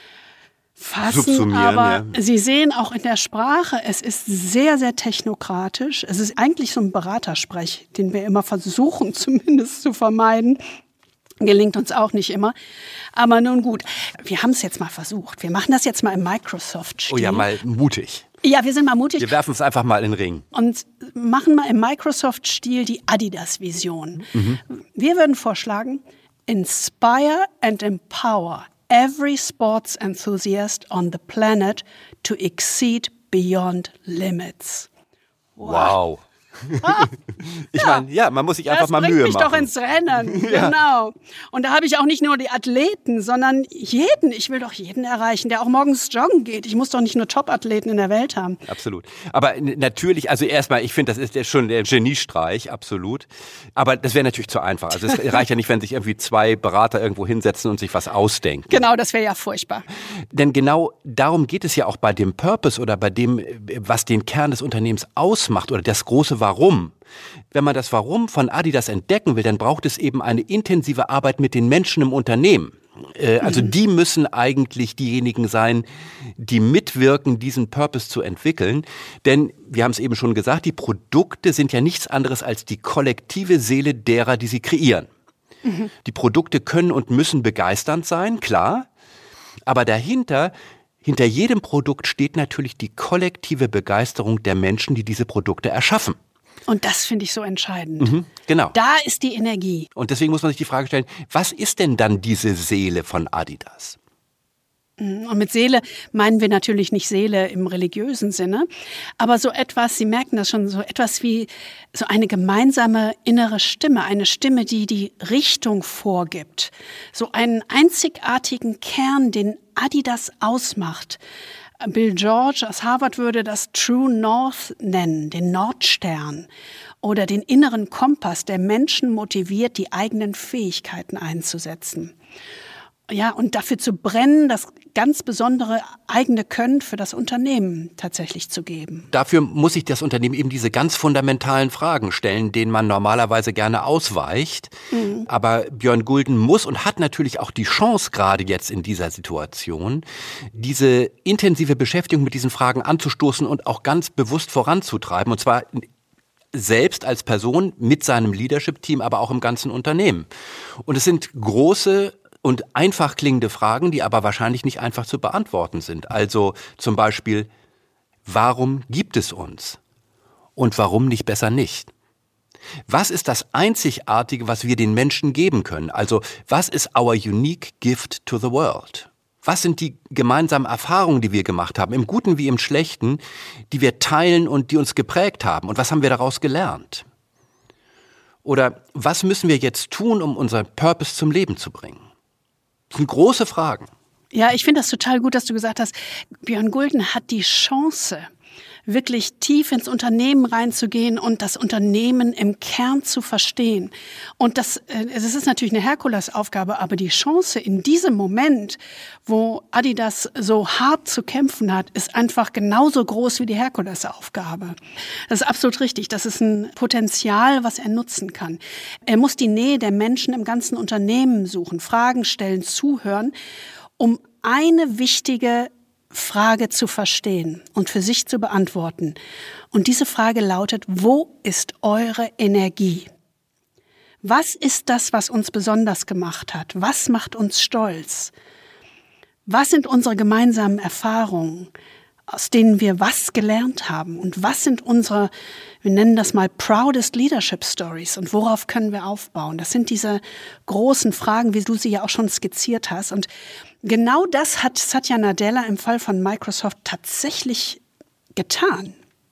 fassen, aber ja. Sie sehen auch in der Sprache, es ist sehr, sehr technokratisch. Es ist eigentlich so ein Beratersprech, den wir immer versuchen zumindest zu vermeiden. Gelingt uns auch nicht immer. Aber nun gut, wir haben es jetzt mal versucht. Wir machen das jetzt mal im Microsoft-Stil. Oh ja, mal mutig. Ja, wir sind mal mutig. Wir werfen es einfach mal in den Ring. Und machen mal im Microsoft-Stil die Adidas-Vision. Mhm. Wir würden vorschlagen, inspire and empower every sports enthusiast on the planet to exceed beyond limits. Wow. wow. Ah, ich ja. meine, ja, man muss sich einfach das mal Mühe machen. Das bringt mich doch ins Rennen, ja. Genau. Und da habe ich auch nicht nur die Athleten, sondern jeden. Ich will doch jeden erreichen, der auch morgens joggen geht. Ich muss doch nicht nur Top-Athleten in der Welt haben. Absolut. Aber natürlich, also erstmal, ich finde, das ist schon der Geniestreich, absolut. Aber das wäre natürlich zu einfach. Also es reicht ja nicht, wenn sich irgendwie zwei Berater irgendwo hinsetzen und sich was ausdenken. Genau, das wäre ja furchtbar. Denn genau darum geht es ja auch bei dem Purpose oder bei dem, was den Kern des Unternehmens ausmacht oder das große Warum. Wenn man das Warum von Adidas entdecken will, dann braucht es eben eine intensive Arbeit mit den Menschen im Unternehmen. Äh, also mhm. die müssen eigentlich diejenigen sein, die mitwirken, diesen Purpose zu entwickeln. Denn, wir haben es eben schon gesagt, die Produkte sind ja nichts anderes als die kollektive Seele derer, die sie kreieren. Mhm. Die Produkte können und müssen begeisternd sein, klar. Aber dahinter Hinter jedem Produkt steht natürlich die kollektive Begeisterung der Menschen, die diese Produkte erschaffen. Und das finde ich so entscheidend. Mhm, genau. Da ist die Energie. Und deswegen muss man sich die Frage stellen, was ist denn dann diese Seele von Adidas? Und mit Seele meinen wir natürlich nicht Seele im religiösen Sinne, aber so etwas, Sie merken das schon, so etwas wie so eine gemeinsame innere Stimme, eine Stimme, die die Richtung vorgibt. So einen einzigartigen Kern, den Adidas ausmacht. Bill George aus Harvard würde das True North nennen, den Nordstern. Oder den inneren Kompass, der Menschen motiviert, die eigenen Fähigkeiten einzusetzen. Ja, und dafür zu brennen, das ganz besondere eigene Können für das Unternehmen tatsächlich zu geben. Dafür muss sich das Unternehmen eben diese ganz fundamentalen Fragen stellen, denen man normalerweise gerne ausweicht. Mhm. Aber Björn Gulden muss und hat natürlich auch die Chance, gerade jetzt in dieser Situation, diese intensive Beschäftigung mit diesen Fragen anzustoßen und auch ganz bewusst voranzutreiben. Und zwar selbst als Person mit seinem Leadership-Team, aber auch im ganzen Unternehmen. Und es sind große und einfach klingende Fragen, die aber wahrscheinlich nicht einfach zu beantworten sind. Also zum Beispiel, warum gibt es uns? Und warum nicht besser nicht? Was ist das Einzigartige, was wir den Menschen geben können? Also, was ist our unique gift to the world? Was sind die gemeinsamen Erfahrungen, die wir gemacht haben, im Guten wie im Schlechten, die wir teilen und die uns geprägt haben? Und was haben wir daraus gelernt? Oder was müssen wir jetzt tun, um unseren Purpose zum Leben zu bringen? Das sind große Fragen. Ja, ich finde das total gut, dass du gesagt hast, Björn Gulden hat die Chance, wirklich tief ins Unternehmen reinzugehen und das Unternehmen im Kern zu verstehen. Und das, es ist natürlich eine Herkulesaufgabe, aber die Chance in diesem Moment, wo Adidas so hart zu kämpfen hat, ist einfach genauso groß wie die Herkulesaufgabe. Das ist absolut richtig. Das ist ein Potenzial, was er nutzen kann. Er muss die Nähe der Menschen im ganzen Unternehmen suchen, Fragen stellen, zuhören, um eine wichtige Frage zu verstehen und für sich zu beantworten. Und diese Frage lautet, wo ist eure Energie? Was ist das, was uns besonders gemacht hat? Was macht uns stolz? Was sind unsere gemeinsamen Erfahrungen, aus denen wir was gelernt haben? Und was sind unsere, wir nennen das mal Proudest Leadership Stories? Und worauf können wir aufbauen? Das sind diese großen Fragen, wie du sie ja auch schon skizziert hast. Und genau das hat Satya Nadella im Fall von Microsoft tatsächlich getan.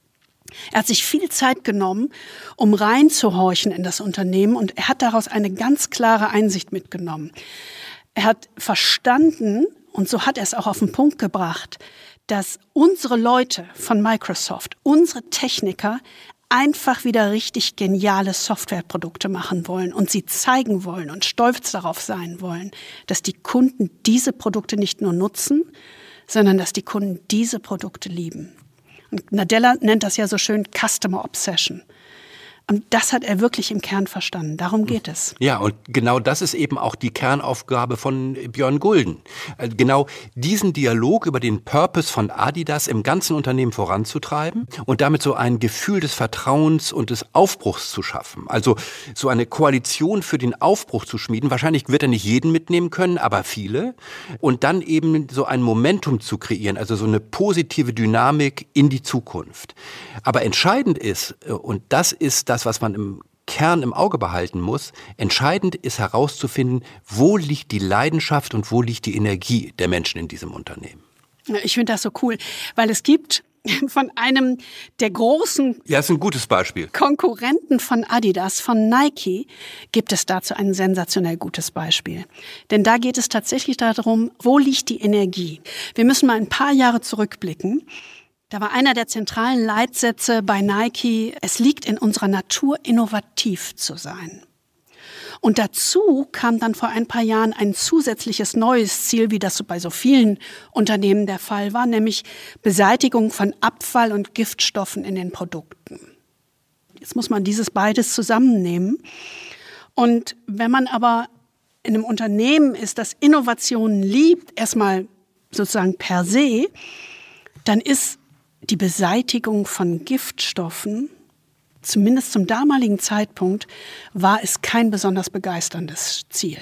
Er hat sich viel Zeit genommen, um reinzuhorchen in das Unternehmen, und er hat daraus eine ganz klare Einsicht mitgenommen. Er hat verstanden, und so hat er es auch auf den Punkt gebracht, dass unsere Leute von Microsoft, unsere Techniker, einfach wieder richtig geniale Softwareprodukte machen wollen und sie zeigen wollen und stolz darauf sein wollen, dass die Kunden diese Produkte nicht nur nutzen, sondern dass die Kunden diese Produkte lieben. Und Nadella nennt das ja so schön Customer Obsession. Und das hat er wirklich im Kern verstanden. Darum geht es. Ja, und genau das ist eben auch die Kernaufgabe von Björn Gulden. Genau diesen Dialog über den Purpose von Adidas im ganzen Unternehmen voranzutreiben und damit so ein Gefühl des Vertrauens und des Aufbruchs zu schaffen. Also so eine Koalition für den Aufbruch zu schmieden. Wahrscheinlich wird er nicht jeden mitnehmen können, aber viele. Und dann eben so ein Momentum zu kreieren, also so eine positive Dynamik in die Zukunft. Aber entscheidend ist, und das ist das, Das, was man im Kern im Auge behalten muss, entscheidend ist herauszufinden, wo liegt die Leidenschaft und wo liegt die Energie der Menschen in diesem Unternehmen. Ich finde das so cool, weil es gibt von einem der großen ja, ist ein gutes Beispiel. Konkurrenten von Adidas, von Nike, gibt es dazu ein sensationell gutes Beispiel. Denn da geht es tatsächlich darum, wo liegt die Energie? Wir müssen mal ein paar Jahre zurückblicken. Da war einer der zentralen Leitsätze bei Nike, es liegt in unserer Natur, innovativ zu sein. Und dazu kam dann vor ein paar Jahren ein zusätzliches neues Ziel, wie das so bei so vielen Unternehmen der Fall war, nämlich Beseitigung von Abfall und Giftstoffen in den Produkten. Jetzt muss man dieses beides zusammennehmen. Und wenn man aber in einem Unternehmen ist, das Innovationen liebt, erstmal sozusagen per se, dann ist die Beseitigung von Giftstoffen, zumindest zum damaligen Zeitpunkt, war es kein besonders begeisterndes Ziel.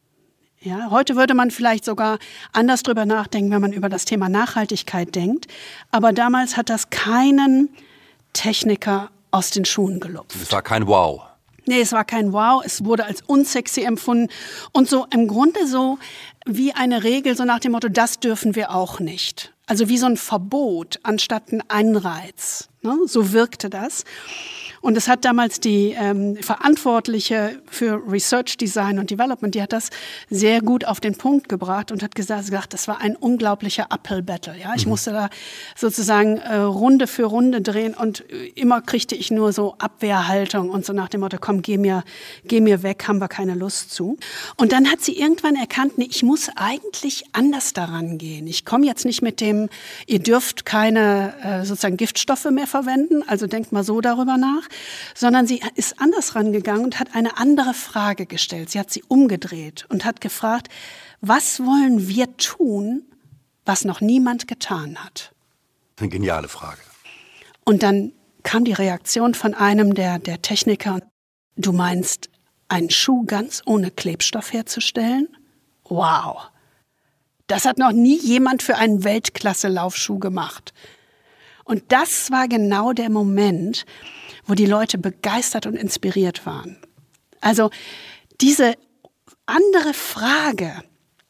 Ja, heute würde man vielleicht sogar anders drüber nachdenken, wenn man über das Thema Nachhaltigkeit denkt. Aber damals hat das keinen Techniker aus den Schuhen gelupft. Es war kein Wow. Nee, es war kein Wow, es wurde als unsexy empfunden und so im Grunde so wie eine Regel, so nach dem Motto, das dürfen wir auch nicht. Also wie so ein Verbot anstatt ein Anreiz. Ne? So wirkte das. Und es hat damals die ähm, Verantwortliche für Research, Design und Development, die hat das sehr gut auf den Punkt gebracht und hat gesagt, das war ein unglaublicher Uphill-Battle. Ja? Ich mhm. musste da sozusagen äh, Runde für Runde drehen und immer kriegte ich nur so Abwehrhaltung und so nach dem Motto, komm, geh mir, geh mir weg, haben wir keine Lust zu. Und dann hat sie irgendwann erkannt, nee, ich muss eigentlich anders daran gehen. Ich komme jetzt nicht mit dem, ihr dürft keine äh, sozusagen Giftstoffe mehr verwenden, also denkt mal so darüber nach, sondern sie ist anders rangegangen und hat eine andere Frage gestellt. Sie hat sie umgedreht und hat gefragt, was wollen wir tun, was noch niemand getan hat? Eine geniale Frage. Und dann kam die Reaktion von einem der, der Techniker, du meinst, einen Schuh ganz ohne Klebstoff herzustellen? Wow, das hat noch nie jemand für einen Weltklasse-Laufschuh gemacht. Und das war genau der Moment, wo die Leute begeistert und inspiriert waren. Also diese andere Frage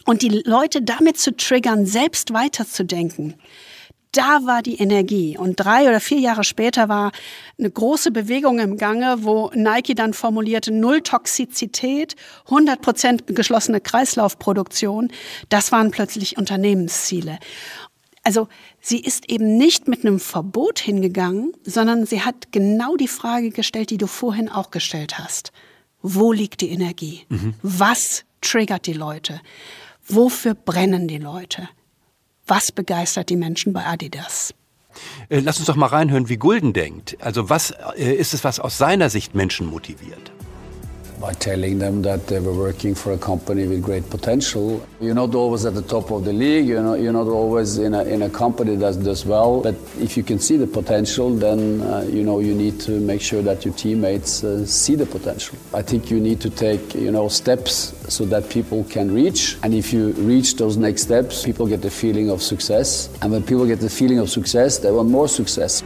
Und die Leute damit zu triggern, selbst weiterzudenken, da war die Energie. Und drei oder vier Jahre später war eine große Bewegung im Gange, wo Nike dann formulierte, null Toxizität, hundert Prozent geschlossene Kreislaufproduktion. Das waren plötzlich Unternehmensziele. Also sie ist eben nicht mit einem Verbot hingegangen, sondern sie hat genau die Frage gestellt, die du vorhin auch gestellt hast. Wo liegt die Energie? Mhm. Was triggert die Leute? Wofür brennen die Leute? Was begeistert die Menschen bei Adidas? Äh, lass uns doch mal reinhören, wie Gulden denkt. Also was äh, ist es, was aus seiner Sicht Menschen motiviert? By telling them that they were working for a company with great potential. You're not always at the top of the league, you're not, you're not always in a, in a company that does well, but if you can see the potential, then uh, you know you need to make sure that your teammates uh, see the potential. I think you need to take you know steps so that people can reach, and if you reach those next steps, people get the feeling of success, and when people get the feeling of success, they want more success.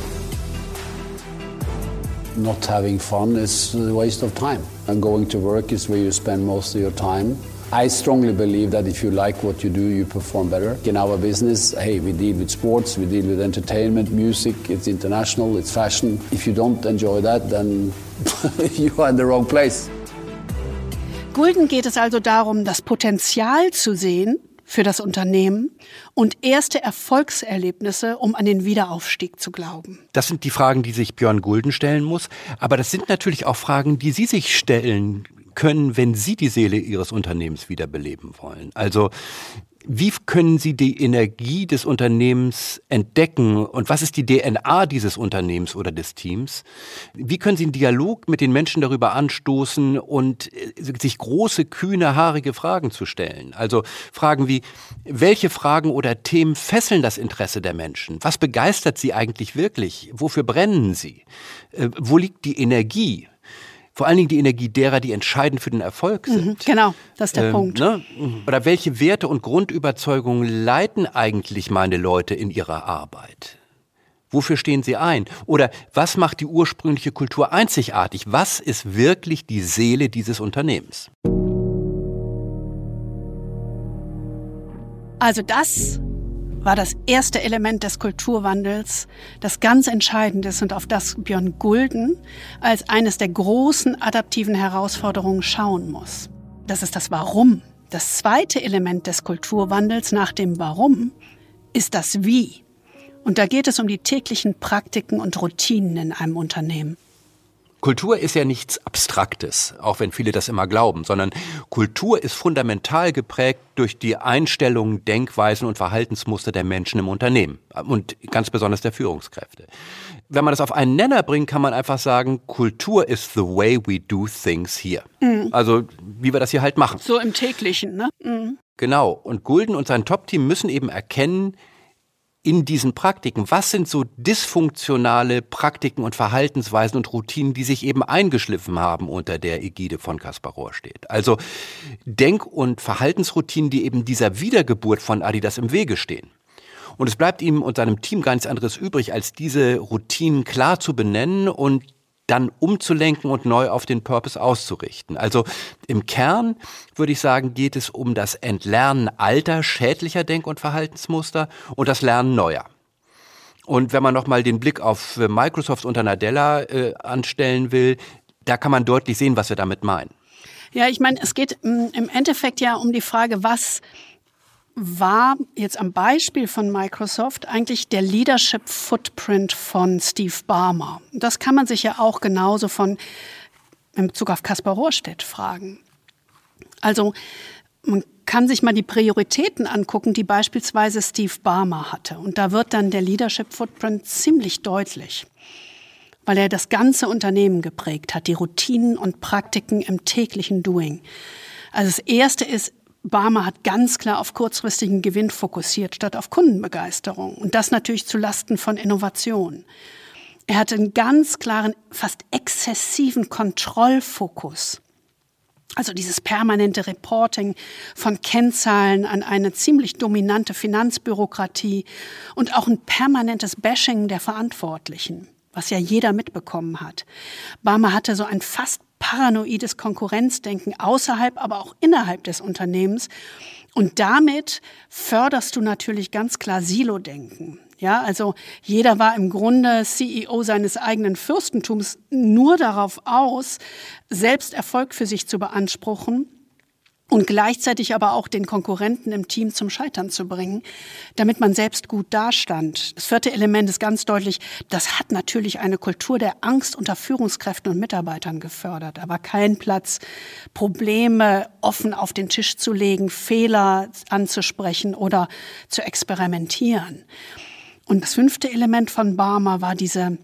Not having fun is a waste of time. And going to work is where you spend most of your time. I strongly believe that if you like what you do, you perform better. In our business, hey, we deal with sports, we deal with entertainment, music, it's international, it's fashion. If you don't enjoy that, then you are in the wrong place. Gulden geht es also darum, das Potenzial zu sehen für das Unternehmen und erste Erfolgserlebnisse, um an den Wiederaufstieg zu glauben. Das sind die Fragen, die sich Björn Gulden stellen muss. Aber das sind natürlich auch Fragen, die Sie sich stellen können, wenn Sie die Seele Ihres Unternehmens wiederbeleben wollen. Also wie können Sie die Energie des Unternehmens entdecken und was ist die D N A dieses Unternehmens oder des Teams? Wie können Sie einen Dialog mit den Menschen darüber anstoßen und sich große, kühne, haarige Fragen zu stellen? Also Fragen wie, welche Fragen oder Themen fesseln das Interesse der Menschen? Was begeistert sie eigentlich wirklich? Wofür brennen sie? Äh, wo liegt die Energie? Vor allen Dingen die Energie derer, die entscheidend für den Erfolg sind. Mhm, genau, das ist der ähm, Punkt. Ne? Oder welche Werte und Grundüberzeugungen leiten eigentlich meine Leute in ihrer Arbeit? Wofür stehen sie ein? Oder was macht die ursprüngliche Kultur einzigartig? Was ist wirklich die Seele dieses Unternehmens? Also das war das erste Element des Kulturwandels, das ganz entscheidend ist und auf das Björn Gulden als eines der großen adaptiven Herausforderungen schauen muss. Das ist das Warum. Das zweite Element des Kulturwandels nach dem Warum ist das Wie. Und da geht es um die täglichen Praktiken und Routinen in einem Unternehmen. Kultur ist ja nichts Abstraktes, auch wenn viele das immer glauben, sondern Kultur ist fundamental geprägt durch die Einstellungen, Denkweisen und Verhaltensmuster der Menschen im Unternehmen und ganz besonders der Führungskräfte. Wenn man das auf einen Nenner bringt, kann man einfach sagen, Kultur is the way we do things here. Mhm. Also wie wir das hier halt machen. So im Täglichen, ne? Mhm. Genau. Und Gulden und sein Top-Team müssen eben erkennen, in diesen Praktiken, was sind so dysfunktionale Praktiken und Verhaltensweisen und Routinen, die sich eben eingeschliffen haben unter der Ägide von Kaspar Rohrstedt. Also Denk- und Verhaltensroutinen, die eben dieser Wiedergeburt von Adidas im Wege stehen. Und es bleibt ihm und seinem Team gar nichts anderes übrig, als diese Routinen klar zu benennen und dann umzulenken und neu auf den Purpose auszurichten. Also im Kern, würde ich sagen, geht es um das Entlernen alter, schädlicher Denk- und Verhaltensmuster und das Lernen neuer. Und wenn man nochmal den Blick auf Microsoft unter Nadella äh, anstellen will, da kann man deutlich sehen, was wir damit meinen. Ja, ich meine, es geht m, im Endeffekt ja um die Frage, was war jetzt am Beispiel von Microsoft eigentlich der Leadership Footprint von Steve Ballmer. Das kann man sich ja auch genauso von in Bezug auf Kaspar Rohrstedt fragen. Also man kann sich mal die Prioritäten angucken, die beispielsweise Steve Ballmer hatte. Und da wird dann der Leadership Footprint ziemlich deutlich, weil er das ganze Unternehmen geprägt hat, die Routinen und Praktiken im täglichen Doing. Also das Erste ist, Ballmer hat ganz klar auf kurzfristigen Gewinn fokussiert, statt auf Kundenbegeisterung. Und das natürlich zu Lasten von Innovation. Er hatte einen ganz klaren, fast exzessiven Kontrollfokus. Also dieses permanente Reporting von Kennzahlen an eine ziemlich dominante Finanzbürokratie und auch ein permanentes Bashing der Verantwortlichen, was ja jeder mitbekommen hat. Ballmer hatte so ein fast paranoides Konkurrenzdenken außerhalb, aber auch innerhalb des Unternehmens. Und damit förderst du natürlich ganz klar Silo-Denken. Ja, also jeder war im Grunde C E O seines eigenen Fürstentums, nur darauf aus, selbst Erfolg für sich zu beanspruchen und gleichzeitig aber auch den Konkurrenten im Team zum Scheitern zu bringen, damit man selbst gut dastand. Das vierte Element ist ganz deutlich, das hat natürlich eine Kultur der Angst unter Führungskräften und Mitarbeitern gefördert, aber kein Platz, Probleme offen auf den Tisch zu legen, Fehler anzusprechen oder zu experimentieren. Und das fünfte Element von Ballmer war diese,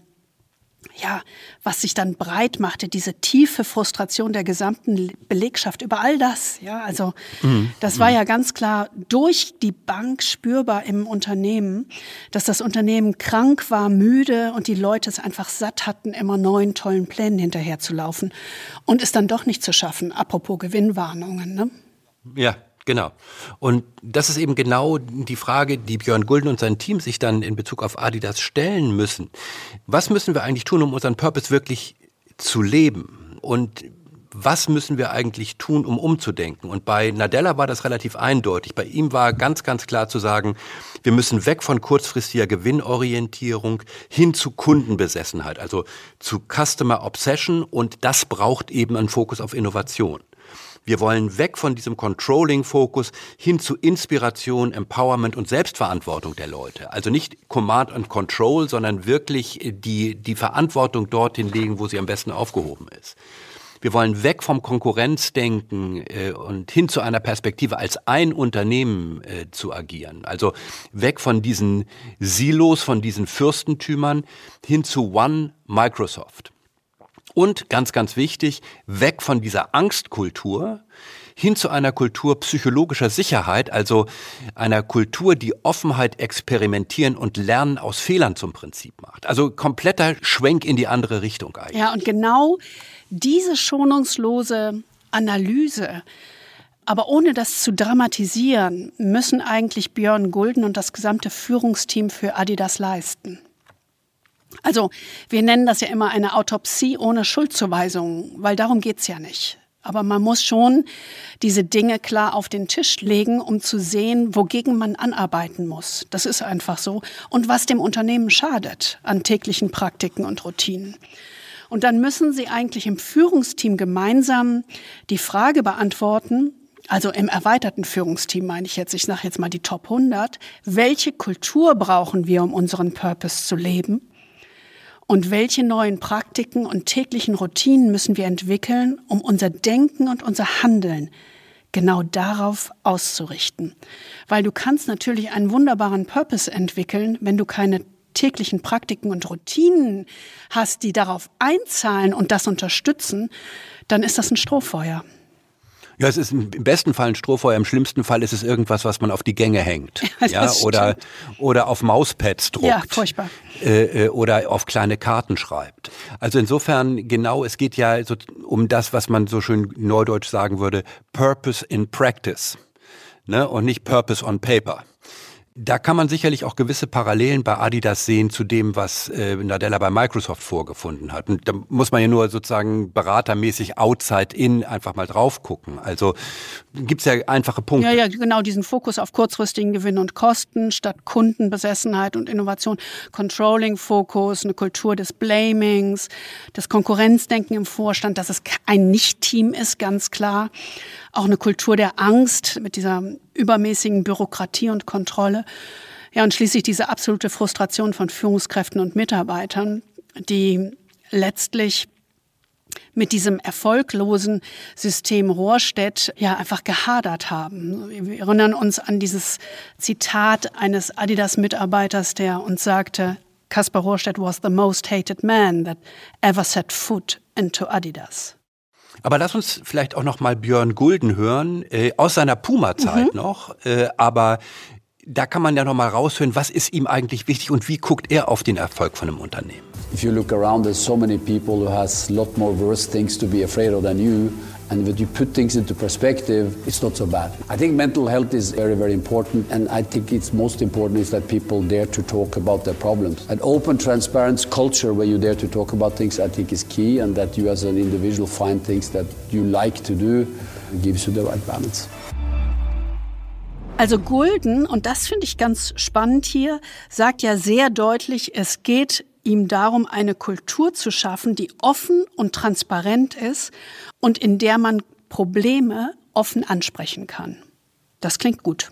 ja, was sich dann breit machte, diese tiefe Frustration der gesamten Belegschaft über all das. Ja, also mhm. das war ja ganz klar durch die Bank spürbar im Unternehmen, dass das Unternehmen krank war, müde und die Leute es einfach satt hatten, immer neuen tollen Plänen hinterherzulaufen und es dann doch nicht zu schaffen. Apropos Gewinnwarnungen, ne? Ja. Genau. Und das ist eben genau die Frage, die Björn Gulden und sein Team sich dann in Bezug auf Adidas stellen müssen. Was müssen wir eigentlich tun, um unseren Purpose wirklich zu leben? Und was müssen wir eigentlich tun, um umzudenken? Und bei Nadella war das relativ eindeutig. Bei ihm war ganz, ganz klar zu sagen, wir müssen weg von kurzfristiger Gewinnorientierung hin zu Kundenbesessenheit, also zu Customer Obsession. Und das braucht eben einen Fokus auf Innovation. Wir wollen weg von diesem Controlling-Fokus hin zu Inspiration, Empowerment und Selbstverantwortung der Leute. Also nicht Command and Control, sondern wirklich die, die Verantwortung dorthin legen, wo sie am besten aufgehoben ist. Wir wollen weg vom Konkurrenzdenken äh, und hin zu einer Perspektive, als ein Unternehmen äh, zu agieren. Also weg von diesen Silos, von diesen Fürstentümern hin zu One Microsoft. Und ganz, ganz wichtig, weg von dieser Angstkultur hin zu einer Kultur psychologischer Sicherheit, also einer Kultur, die Offenheit, Experimentieren und Lernen aus Fehlern zum Prinzip macht. Also kompletter Schwenk in die andere Richtung eigentlich. Ja, und genau diese schonungslose Analyse, aber ohne das zu dramatisieren, müssen eigentlich Björn Gulden und das gesamte Führungsteam für Adidas leisten. Also wir nennen das ja immer eine Autopsie ohne Schuldzuweisung, weil darum geht's ja nicht. Aber man muss schon diese Dinge klar auf den Tisch legen, um zu sehen, wogegen man anarbeiten muss. Das ist einfach so. Und was dem Unternehmen schadet an täglichen Praktiken und Routinen. Und dann müssen Sie eigentlich im Führungsteam gemeinsam die Frage beantworten, also im erweiterten Führungsteam meine ich jetzt, ich sage jetzt mal die Top hundert, welche Kultur brauchen wir, um unseren Purpose zu leben? Und welche neuen Praktiken und täglichen Routinen müssen wir entwickeln, um unser Denken und unser Handeln genau darauf auszurichten? Weil du kannst natürlich einen wunderbaren Purpose entwickeln, wenn du keine täglichen Praktiken und Routinen hast, die darauf einzahlen und das unterstützen, dann ist das ein Strohfeuer. Ja, es ist im besten Fall ein Strohfeuer, im schlimmsten Fall ist es irgendwas, was man auf die Gänge hängt. Ja, ja oder, oder auf Mauspads druckt. Ja, furchtbar. Äh, oder auf kleine Karten schreibt. Also insofern, genau, es geht ja so um das, was man so schön neudeutsch sagen würde, Purpose in Practice, ne? Und nicht Purpose on Paper. Da kann man sicherlich auch gewisse Parallelen bei Adidas sehen zu dem, was äh, Nadella bei Microsoft vorgefunden hat. Und da muss man ja nur sozusagen beratermäßig outside in einfach mal drauf gucken. Also gibt's ja einfache Punkte. Ja, ja, genau, diesen Fokus auf kurzfristigen Gewinn und Kosten statt Kundenbesessenheit und Innovation. Controlling-Fokus, eine Kultur des Blamings, das Konkurrenzdenken im Vorstand, dass es ein Nicht-Team ist, ganz klar. Auch eine Kultur der Angst mit dieser übermäßigen Bürokratie und Kontrolle. Ja, und schließlich diese absolute Frustration von Führungskräften und Mitarbeitern, die letztlich mit diesem erfolglosen System Rohrstedt ja einfach gehadert haben. Wir erinnern uns an dieses Zitat eines Adidas-Mitarbeiters, der uns sagte, Kaspar Rohrstedt was the most hated man that ever set foot into Adidas. Aber lass uns vielleicht auch noch mal Björn Gulden hören, äh, aus seiner Puma-Zeit mhm. noch. Äh, aber da kann man ja noch mal raushören, was ist ihm eigentlich wichtig und wie guckt er auf den Erfolg von einem Unternehmen. If you look around, there's so many people who has a lot more worse things to be afraid of than you. And when you put things into perspective, it's not so bad. I think mental health is very, very important. And I think it's most important is that people dare to talk about their problems. An open, transparent culture where you dare to talk about things, I think is key. And that you as an individual find things that you like to do gives you the right balance. Also Gulden, und das finde ich ganz spannend hier, sagt ja sehr deutlich, es geht ihm darum, eine Kultur zu schaffen, die offen und transparent ist und in der man Probleme offen ansprechen kann. Das klingt gut.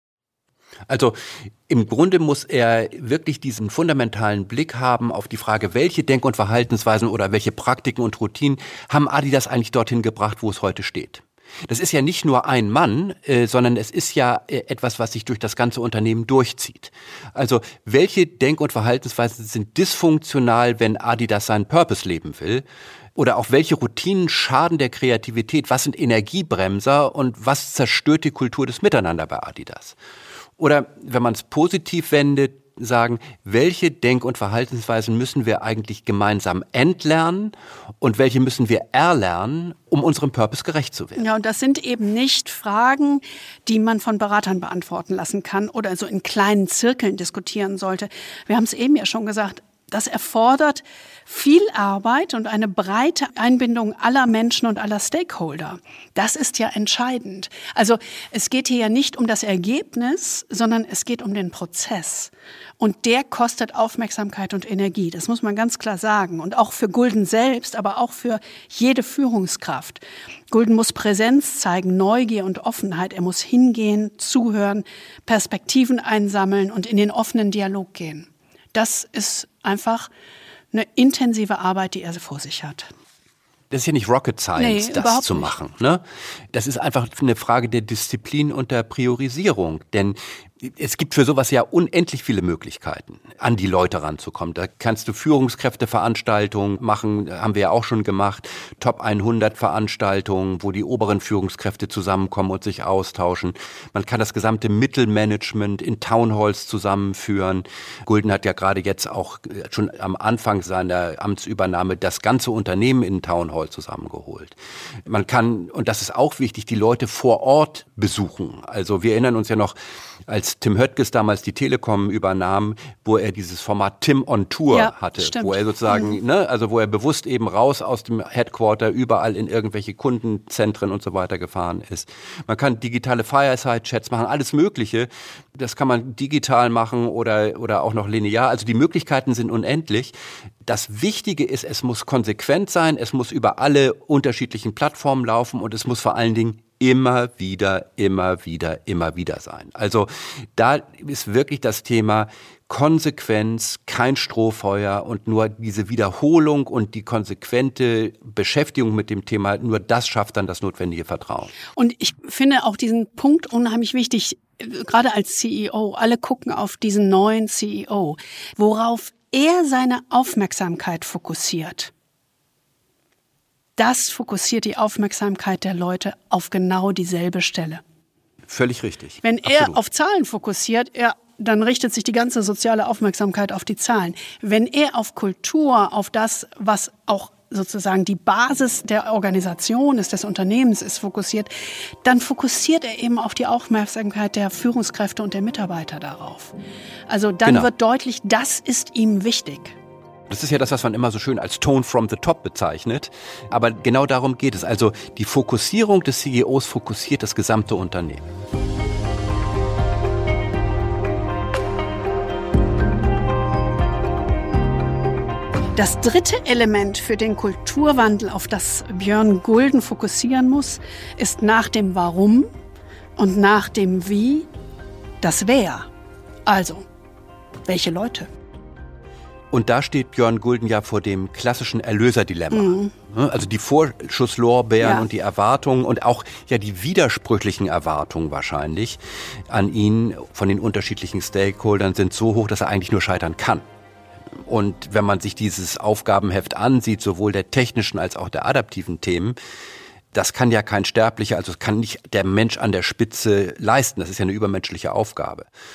Also im Grunde muss er wirklich diesen fundamentalen Blick haben auf die Frage, welche Denk- und Verhaltensweisen oder welche Praktiken und Routinen haben Adidas eigentlich dorthin gebracht, wo es heute steht. Das ist ja nicht nur ein Mann, äh, sondern es ist ja äh, etwas, was sich durch das ganze Unternehmen durchzieht. Also welche Denk- und Verhaltensweisen sind dysfunktional, wenn Adidas seinen Purpose leben will? Oder auch welche Routinen schaden der Kreativität? Was sind Energiebremser und was zerstört die Kultur des Miteinander bei Adidas? Oder wenn man es positiv wendet, sagen, welche Denk- und Verhaltensweisen müssen wir eigentlich gemeinsam entlernen und welche müssen wir erlernen, um unserem Purpose gerecht zu werden. Ja, und das sind eben nicht Fragen, die man von Beratern beantworten lassen kann oder so in kleinen Zirkeln diskutieren sollte. Wir haben es eben ja schon gesagt, das erfordert viel Arbeit und eine breite Einbindung aller Menschen und aller Stakeholder. Das ist ja entscheidend. Also es geht hier ja nicht um das Ergebnis, sondern es geht um den Prozess. Und der kostet Aufmerksamkeit und Energie. Das muss man ganz klar sagen. Und auch für Gulden selbst, aber auch für jede Führungskraft. Gulden muss Präsenz zeigen, Neugier und Offenheit. Er muss hingehen, zuhören, Perspektiven einsammeln und in den offenen Dialog gehen. Das ist einfach eine intensive Arbeit, die er vor sich hat. Das ist ja nicht Rocket Science, nee, das zu machen. Ne? Das ist einfach eine Frage der Disziplin und der Priorisierung. Denn es gibt für sowas ja unendlich viele Möglichkeiten, an die Leute ranzukommen. Da kannst du Führungskräfteveranstaltungen machen, haben wir ja auch schon gemacht, Top hundert Veranstaltungen, wo die oberen Führungskräfte zusammenkommen und sich austauschen. Man kann das gesamte Mittelmanagement in Townhalls zusammenführen. Gulden hat ja gerade jetzt auch schon am Anfang seiner Amtsübernahme das ganze Unternehmen in Townhall zusammengeholt. Man kann, und das ist auch wichtig, die Leute vor Ort besuchen. Also wir erinnern uns ja noch, als Tim Höttges damals die Telekom übernahm, wo er dieses Format Tim on Tour ja, hatte, stimmt. wo er sozusagen, mhm. ne, also wo er bewusst eben raus aus dem Headquarter überall in irgendwelche Kundenzentren und so weiter gefahren ist. Man kann digitale Fireside-Chats machen, alles Mögliche. Das kann man digital machen oder, oder auch noch linear. Also die Möglichkeiten sind unendlich. Das Wichtige ist, es muss konsequent sein, es muss über alle unterschiedlichen Plattformen laufen und es muss vor allen Dingen immer wieder, immer wieder, immer wieder sein. Also da ist wirklich das Thema Konsequenz, kein Strohfeuer und nur diese Wiederholung und die konsequente Beschäftigung mit dem Thema, nur das schafft dann das notwendige Vertrauen. Und ich finde auch diesen Punkt unheimlich wichtig, gerade als C E O. Alle gucken auf diesen neuen C E O, worauf er seine Aufmerksamkeit fokussiert. Das fokussiert die Aufmerksamkeit der Leute auf genau dieselbe Stelle. Völlig richtig. Wenn Absolut. er auf Zahlen fokussiert, ja, dann richtet sich die ganze soziale Aufmerksamkeit auf die Zahlen. Wenn er auf Kultur, auf das, was auch sozusagen die Basis der Organisation ist, des Unternehmens ist, fokussiert, dann fokussiert er eben auch die Aufmerksamkeit der Führungskräfte und der Mitarbeiter darauf. Also dann genau. wird deutlich, das ist ihm wichtig. Das ist ja das, was man immer so schön als Tone from the Top bezeichnet. Aber genau darum geht es. Also die Fokussierung des C E Os fokussiert das gesamte Unternehmen. Das dritte Element für den Kulturwandel, auf das Björn Gulden fokussieren muss, ist nach dem Warum und nach dem Wie das Wer. Also, welche Leute? Und da steht Björn Gulden ja vor dem klassischen Erlöserdilemma. Mhm. Also die Vorschusslorbeeren ja. und die Erwartungen und auch ja die widersprüchlichen Erwartungen wahrscheinlich an ihn von den unterschiedlichen Stakeholdern sind so hoch, dass er eigentlich nur scheitern kann. Und wenn man sich dieses Aufgabenheft ansieht, sowohl der technischen als auch der adaptiven Themen, das kann ja kein Sterblicher, also das kann nicht der Mensch an der Spitze leisten. Das ist ja eine übermenschliche Aufgabe.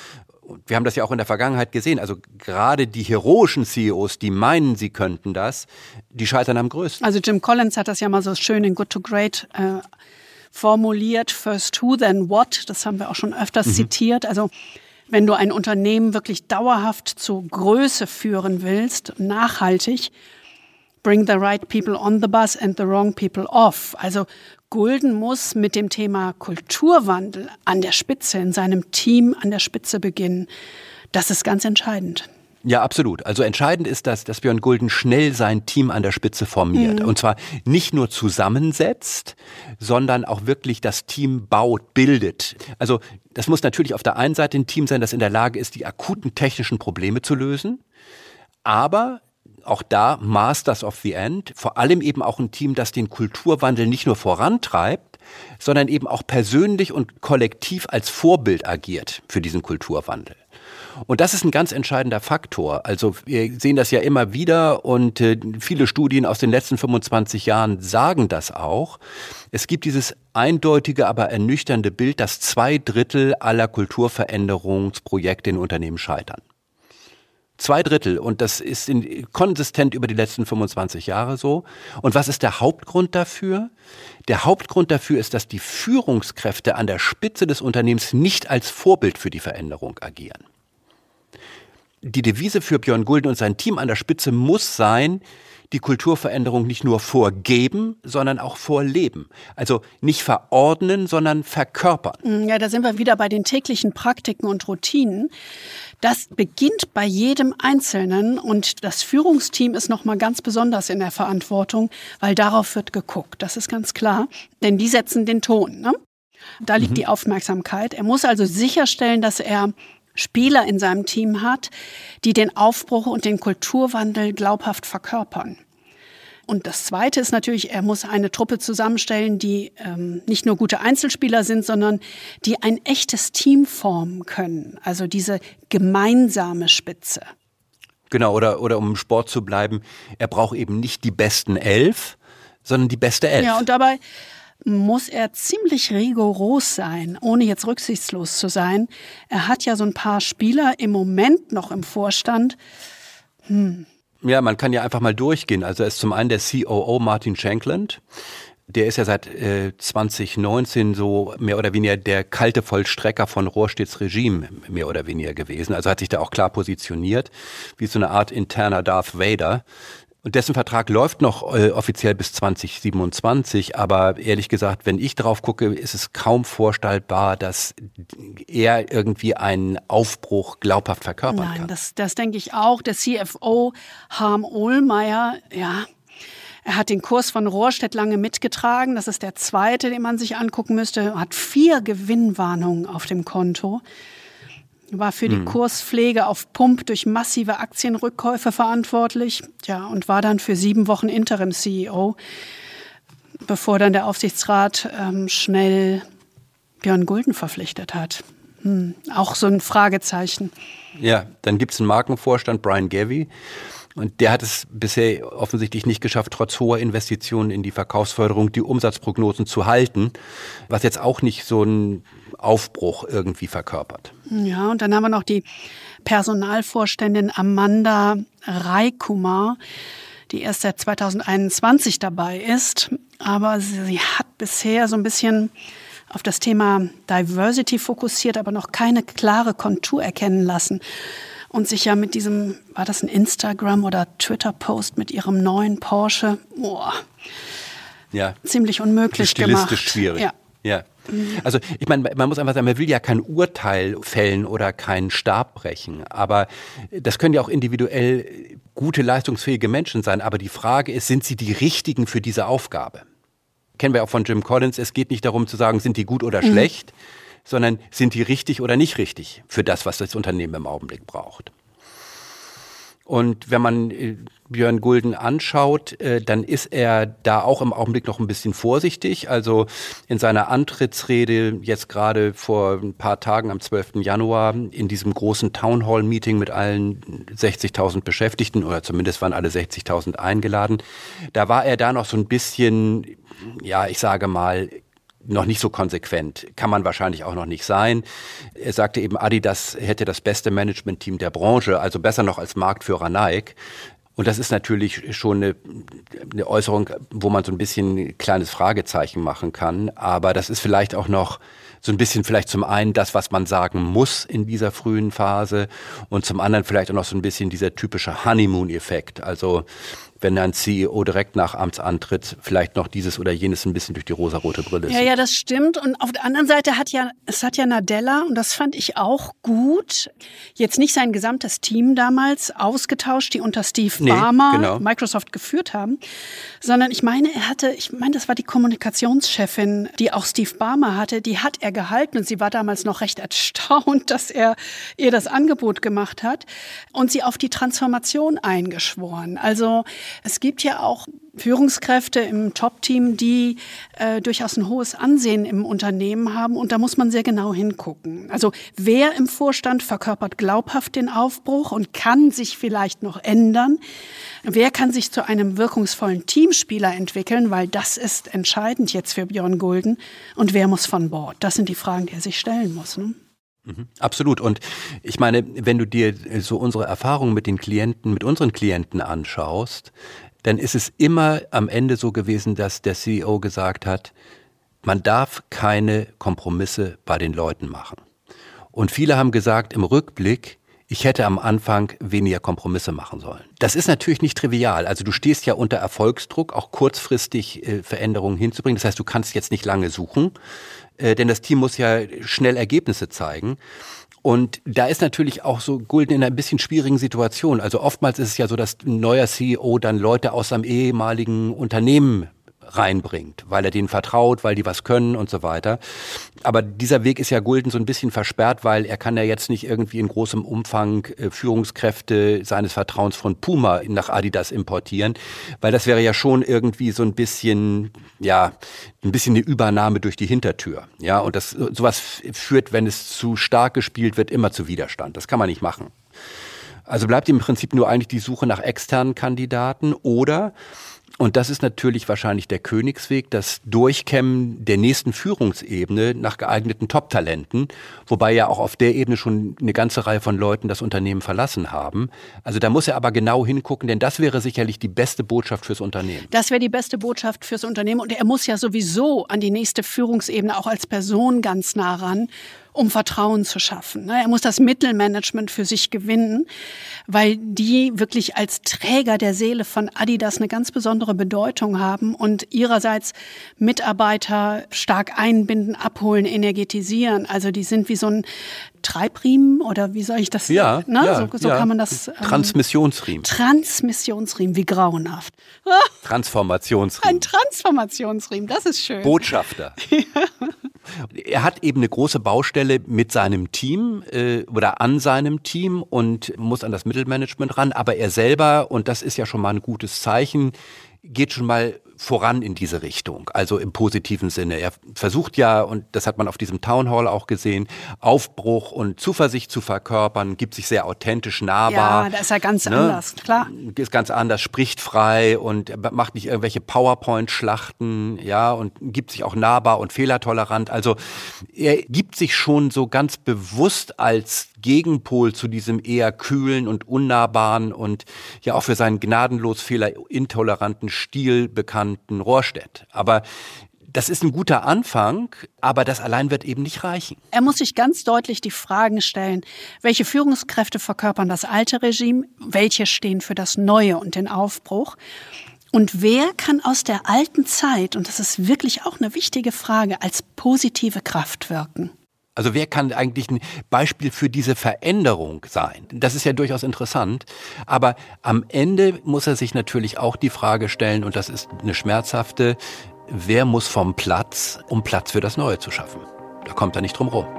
wir haben das ja auch in der Vergangenheit gesehen, also gerade die heroischen C E Os, die meinen, sie könnten das, die scheitern am größten. Also Jim Collins hat das ja mal so schön in Good to Great äh, formuliert, first who, then what, das haben wir auch schon öfters mhm. zitiert. Also wenn du ein Unternehmen wirklich dauerhaft zur Größe führen willst, nachhaltig, bring the right people on the bus and the wrong people off. Also Gulden muss mit dem Thema Kulturwandel an der Spitze, in seinem Team an der Spitze beginnen. Das ist ganz entscheidend. Ja, absolut. Also entscheidend ist, dass, dass Björn Gulden schnell sein Team an der Spitze formiert. Mhm. Und zwar nicht nur zusammensetzt, sondern auch wirklich das Team baut, bildet. Also das muss natürlich auf der einen Seite ein Team sein, das in der Lage ist, die akuten technischen Probleme zu lösen. Aber auch da Masters of the End, vor allem eben auch ein Team, das den Kulturwandel nicht nur vorantreibt, sondern eben auch persönlich und kollektiv als Vorbild agiert für diesen Kulturwandel. Und das ist ein ganz entscheidender Faktor. Also wir sehen das ja immer wieder und äh, viele Studien aus den letzten fünfundzwanzig Jahren sagen das auch. Es gibt dieses eindeutige, aber ernüchternde Bild, dass zwei Drittel aller Kulturveränderungsprojekte in Unternehmen scheitern. Zwei Drittel. Und das ist in, konsistent über die letzten fünfundzwanzig Jahre so. Und was ist der Hauptgrund dafür? Der Hauptgrund dafür ist, dass die Führungskräfte an der Spitze des Unternehmens nicht als Vorbild für die Veränderung agieren. Die Devise für Björn Gulden und sein Team an der Spitze muss sein, die Kulturveränderung nicht nur vorgeben, sondern auch vorleben. Also nicht verordnen, sondern verkörpern. Ja, da sind wir wieder bei den täglichen Praktiken und Routinen. Das beginnt bei jedem Einzelnen und das Führungsteam ist nochmal ganz besonders in der Verantwortung, weil darauf wird geguckt. Das ist ganz klar, denn die setzen den Ton. Ne? Da liegt mhm. die Aufmerksamkeit. Er muss also sicherstellen, dass er Spieler in seinem Team hat, die den Aufbruch und den Kulturwandel glaubhaft verkörpern. Und das Zweite ist natürlich, er muss eine Truppe zusammenstellen, die ähm, nicht nur gute Einzelspieler sind, sondern die ein echtes Team formen können. Also diese gemeinsame Spitze. Genau, oder, oder um im Sport zu bleiben, er braucht eben nicht die besten elf, sondern die beste elf. Ja, und dabei muss er ziemlich rigoros sein, ohne jetzt rücksichtslos zu sein. Er hat ja so ein paar Spieler im Moment noch im Vorstand. Hm. Ja, man kann ja einfach mal durchgehen. Also es ist zum einen der C O O Martin Shankland. Der ist ja seit äh, zwanzig neunzehn so mehr oder weniger der kalte Vollstrecker von Rohrstedts Regime mehr oder weniger gewesen. Also hat sich da auch klar positioniert, wie so eine Art interner Darth Vader. Und dessen Vertrag läuft noch äh, offiziell bis zwanzig siebenundzwanzig, aber ehrlich gesagt, wenn ich drauf gucke, ist es kaum vorstellbar, dass er irgendwie einen Aufbruch glaubhaft verkörpern Nein, kann. Das, das denke ich auch. Der C F O Harm Ohlmeier, ja, er hat den Kurs von Rohrstedt lange mitgetragen. Das ist der zweite, den man sich angucken müsste. Er hat vier Gewinnwarnungen auf dem Konto. War für die Kurspflege auf Pump durch massive Aktienrückkäufe verantwortlich. Ja, und war dann für sieben Wochen Interim-C E O, bevor dann der Aufsichtsrat ähm, schnell Björn Gulden verpflichtet hat. Hm, auch so ein Fragezeichen. Ja, dann gibt es einen Markenvorstand, Brian Gavey. Und der hat es bisher offensichtlich nicht geschafft, trotz hoher Investitionen in die Verkaufsförderung die Umsatzprognosen zu halten, was jetzt auch nicht so einen Aufbruch irgendwie verkörpert. Ja, und dann haben wir noch die Personalvorständin Amanda Raikumar, die erst seit zweitausendeinundzwanzig dabei ist. Aber sie hat bisher so ein bisschen auf das Thema Diversity fokussiert, aber noch keine klare Kontur erkennen lassen. Und sich ja mit diesem, war das ein Instagram- oder Twitter-Post mit ihrem neuen Porsche, boah, ja, ziemlich unmöglich stilistisch gemacht. Schwierig. Ja. Ja. Also ich meine, man muss einfach sagen, man will ja kein Urteil fällen oder keinen Stab brechen, aber das können ja auch individuell gute, leistungsfähige Menschen sein, aber die Frage ist, sind sie die Richtigen für diese Aufgabe? Kennen wir auch von Jim Collins, es geht nicht darum zu sagen, sind die gut oder mhm. schlecht, sondern sind die richtig oder nicht richtig für das, was das Unternehmen im Augenblick braucht. Und wenn man äh, Björn Gulden anschaut, äh, dann ist er da auch im Augenblick noch ein bisschen vorsichtig. Also in seiner Antrittsrede jetzt gerade vor ein paar Tagen am zwölften Januar in diesem großen Townhall-Meeting mit allen sechzigtausend Beschäftigten, oder zumindest waren alle sechzigtausend eingeladen, da war er da noch so ein bisschen, ja, ich sage mal, noch nicht so konsequent. Kann man wahrscheinlich auch noch nicht sein. Er sagte eben, Adidas hätte das beste Management-Team der Branche, also besser noch als Marktführer Nike. Und das ist natürlich schon eine, eine Äußerung, wo man so ein bisschen ein kleines Fragezeichen machen kann. Aber das ist vielleicht auch noch so ein bisschen vielleicht zum einen das, was man sagen muss in dieser frühen Phase und zum anderen vielleicht auch noch so ein bisschen dieser typische Honeymoon-Effekt. Also wenn ein C E O direkt nach Amtsantritt vielleicht noch dieses oder jenes ein bisschen durch die rosarote Brille sieht. Ja, ja, das stimmt. Und auf der anderen Seite hat ja, es hat ja Nadella, und das fand ich auch gut, jetzt nicht sein gesamtes Team damals ausgetauscht, die unter Steve Nee, Ballmer genau. Microsoft geführt haben, sondern ich meine, er hatte, ich meine, das war die Kommunikationschefin, die auch Steve Ballmer hatte, die hat er gehalten und sie war damals noch recht erstaunt, dass er ihr das Angebot gemacht hat und sie auf die Transformation eingeschworen. Also es gibt ja auch Führungskräfte im Top-Team, die äh, durchaus ein hohes Ansehen im Unternehmen haben. Und da muss man sehr genau hingucken. Also wer im Vorstand verkörpert glaubhaft den Aufbruch und kann sich vielleicht noch ändern? Wer kann sich zu einem wirkungsvollen Teamspieler entwickeln? Weil das ist entscheidend jetzt für Björn Gulden. Und wer muss von Bord? Das sind die Fragen, die er sich stellen muss, ne? Mhm, absolut. Und ich meine, wenn du dir so unsere Erfahrungen mit den Klienten, mit unseren Klienten anschaust, dann ist es immer am Ende so gewesen, dass der C E O gesagt hat, man darf keine Kompromisse bei den Leuten machen. Und viele haben gesagt im Rückblick, ich hätte am Anfang weniger Kompromisse machen sollen. Das ist natürlich nicht trivial. Also du stehst ja unter Erfolgsdruck, auch kurzfristig äh, Veränderungen hinzubringen. Das heißt, du kannst jetzt nicht lange suchen, äh, denn das Team muss ja schnell Ergebnisse zeigen. Und da ist natürlich auch so Gulden in einer ein bisschen schwierigen Situation. Also oftmals ist es ja so, dass ein neuer C E O dann Leute aus seinem ehemaligen Unternehmen reinbringt, weil er denen vertraut, weil die was können und so weiter. Aber dieser Weg ist ja Gulden so ein bisschen versperrt, weil er kann ja jetzt nicht irgendwie in großem Umfang äh, Führungskräfte seines Vertrauens von Puma nach Adidas importieren, weil das wäre ja schon irgendwie so ein bisschen, ja, ein bisschen eine Übernahme durch die Hintertür. Ja, und das sowas führt, wenn es zu stark gespielt wird, immer zu Widerstand. Das kann man nicht machen. Also bleibt im Prinzip nur eigentlich die Suche nach externen Kandidaten oder, und das ist natürlich wahrscheinlich der Königsweg, das Durchkämmen der nächsten Führungsebene nach geeigneten Top-Talenten, wobei ja auch auf der Ebene schon eine ganze Reihe von Leuten das Unternehmen verlassen haben. Also da muss er aber genau hingucken, denn das wäre sicherlich die beste Botschaft fürs Unternehmen. Das wäre die beste Botschaft fürs Unternehmen. Und er muss ja sowieso an die nächste Führungsebene auch als Person ganz nah ran, um Vertrauen zu schaffen. Er muss das Mittelmanagement für sich gewinnen, weil die wirklich als Träger der Seele von Adidas eine ganz besondere Bedeutung haben und ihrerseits Mitarbeiter stark einbinden, abholen, energetisieren. Also die sind wie so ein Treibriemen oder wie soll ich das ja, ne? ja, so, so ja. kann man das ähm, Transmissionsriemen. Transmissionsriemen, wie grauenhaft. Transformationsriemen. Ein Transformationsriemen, das ist schön. Botschafter. Ja. Er hat eben eine große Baustelle mit seinem Team äh, oder an seinem Team und muss an das Mittelmanagement ran, aber er selber, und das ist ja schon mal ein gutes Zeichen, geht schon mal voran in diese Richtung, also im positiven Sinne. Er versucht ja, und das hat man auf diesem Town Hall auch gesehen, Aufbruch und Zuversicht zu verkörpern, gibt sich sehr authentisch nahbar. Ja, da ist er ganz ne? anders, klar. Ist ganz anders, spricht frei und macht nicht irgendwelche PowerPoint-Schlachten, ja, und gibt sich auch nahbar und fehlertolerant. Also er gibt sich schon so ganz bewusst als Gegenpol zu diesem eher kühlen und unnahbaren und ja auch für seinen gnadenlos fehlerintoleranten Stil bekannten Rohrstedt. Aber das ist ein guter Anfang, aber das allein wird eben nicht reichen. Er muss sich ganz deutlich die Fragen stellen, welche Führungskräfte verkörpern das alte Regime, welche stehen für das Neue und den Aufbruch. Und wer kann aus der alten Zeit, und das ist wirklich auch eine wichtige Frage, als positive Kraft wirken? Also wer kann eigentlich ein Beispiel für diese Veränderung sein? Das ist ja durchaus interessant. Aber am Ende muss er sich natürlich auch die Frage stellen, und das ist eine schmerzhafte, wer muss vom Platz, um Platz für das Neue zu schaffen? Da kommt er nicht drum rum.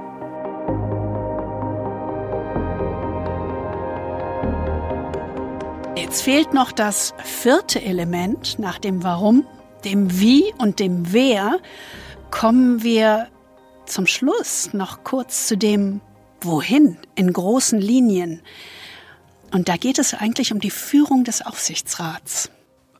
Jetzt fehlt noch das vierte Element. Nach dem Warum, dem Wie und dem Wer kommen wir zum Schluss noch kurz zu dem Wohin in großen Linien. Und da geht es eigentlich um die Führung des Aufsichtsrats.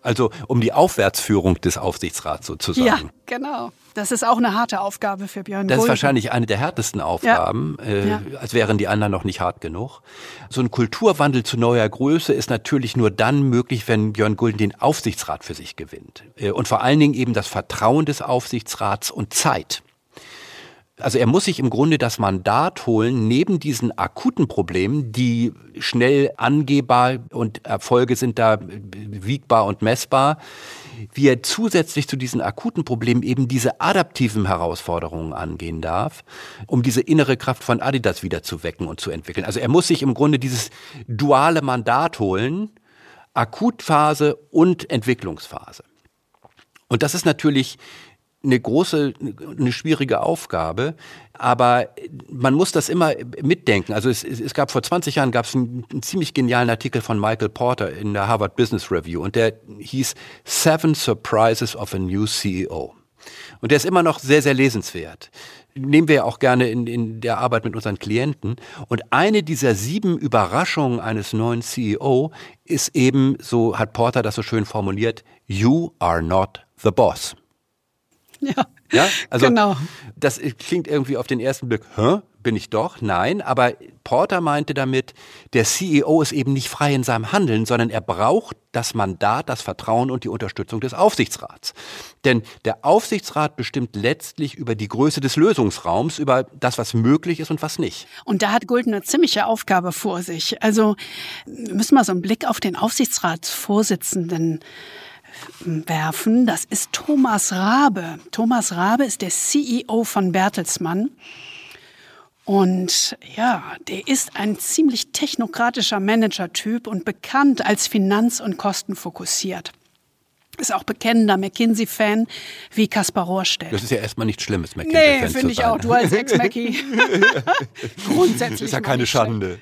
Also um die Aufwärtsführung des Aufsichtsrats sozusagen. Ja, genau. Das ist auch eine harte Aufgabe für Björn Gulden. Das ist wahrscheinlich eine der härtesten Aufgaben, ja. Äh, ja. als wären die anderen noch nicht hart genug. So ein Kulturwandel zu neuer Größe ist natürlich nur dann möglich, wenn Björn Gulden den Aufsichtsrat für sich gewinnt. Äh, und vor allen Dingen eben das Vertrauen des Aufsichtsrats und Zeit. Also er muss sich im Grunde das Mandat holen, neben diesen akuten Problemen, die schnell angehbar und Erfolge sind da wiegbar und messbar, wie er zusätzlich zu diesen akuten Problemen eben diese adaptiven Herausforderungen angehen darf, um diese innere Kraft von Adidas wieder zu wecken und zu entwickeln. Also er muss sich im Grunde dieses duale Mandat holen, Akutphase und Entwicklungsphase. Und das ist natürlich eine große, eine schwierige Aufgabe, aber man muss das immer mitdenken. Also es, es gab vor zwanzig Jahren gab es einen, einen ziemlich genialen Artikel von Michael Porter in der Harvard Business Review und der hieß Seven Surprises of a New C E O. Und der ist immer noch sehr, sehr lesenswert. Nehmen wir ja auch gerne in, in der Arbeit mit unseren Klienten. Und eine dieser sieben Überraschungen eines neuen C E O ist eben, so hat Porter das so schön formuliert, you are not the boss. Ja, ja, also genau. Das klingt irgendwie auf den ersten Blick, hä, bin ich doch? Nein, aber Porter meinte damit, der C E O ist eben nicht frei in seinem Handeln, sondern er braucht das Mandat, das Vertrauen und die Unterstützung des Aufsichtsrats. Denn der Aufsichtsrat bestimmt letztlich über die Größe des Lösungsraums, über das, was möglich ist und was nicht. Und da hat Gulden eine ziemliche Aufgabe vor sich. Also wir müssen mal so einen Blick auf den Aufsichtsratsvorsitzenden werfen. Das ist Thomas Rabe. Thomas Rabe ist der C E O von Bertelsmann. Und ja, der ist ein ziemlich technokratischer Managertyp und bekannt als finanz- und kostenfokussiert. Ist auch bekennender McKinsey-Fan wie Kaspar Rohrstedt. Das ist ja erstmal nichts Schlimmes, McKinsey-Fan Nee, finde ich auch. Du als Ex-Mackie. Grundsätzlich. Das ist ja keine Schande.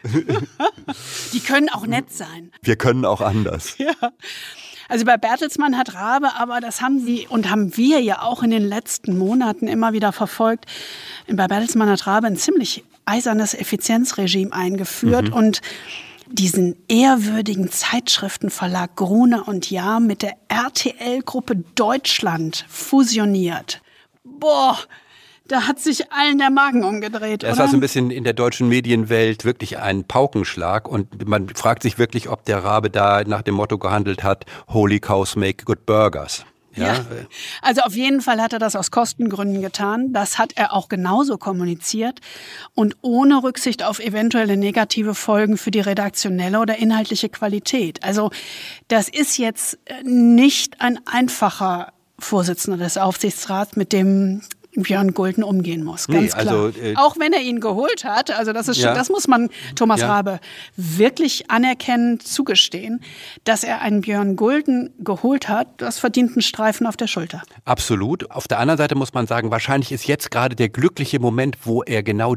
Die können auch nett sein. Wir können auch anders. Ja. Also bei Bertelsmann hat Rabe, aber das haben sie und haben wir ja auch in den letzten Monaten immer wieder verfolgt. Bei Bertelsmann hat Rabe ein ziemlich eisernes Effizienzregime eingeführt mhm. und diesen ehrwürdigen Zeitschriftenverlag Gruner und Jahr mit der R T L-Gruppe Deutschland fusioniert. Boah, da hat sich allen der Magen umgedreht, Das oder? war so ein bisschen in der deutschen Medienwelt wirklich ein Paukenschlag und man fragt sich wirklich, ob der Rabe da nach dem Motto gehandelt hat, Holy Cows make good burgers. Ja? Ja, also auf jeden Fall hat er das aus Kostengründen getan. Das hat er auch genauso kommuniziert und ohne Rücksicht auf eventuelle negative Folgen für die redaktionelle oder inhaltliche Qualität. Also das ist jetzt nicht ein einfacher Vorsitzender des Aufsichtsrats, mit dem Björn Gulden umgehen muss, ganz nee, klar. also, äh, auch wenn er ihn geholt hat, also das ist schon, ja. das muss man Thomas ja. Rabe wirklich anerkennend zugestehen, dass er einen Björn Gulden geholt hat, das verdient einen Streifen auf der Schulter. Absolut. Auf der anderen Seite muss man sagen, wahrscheinlich ist jetzt gerade der glückliche Moment, wo er genau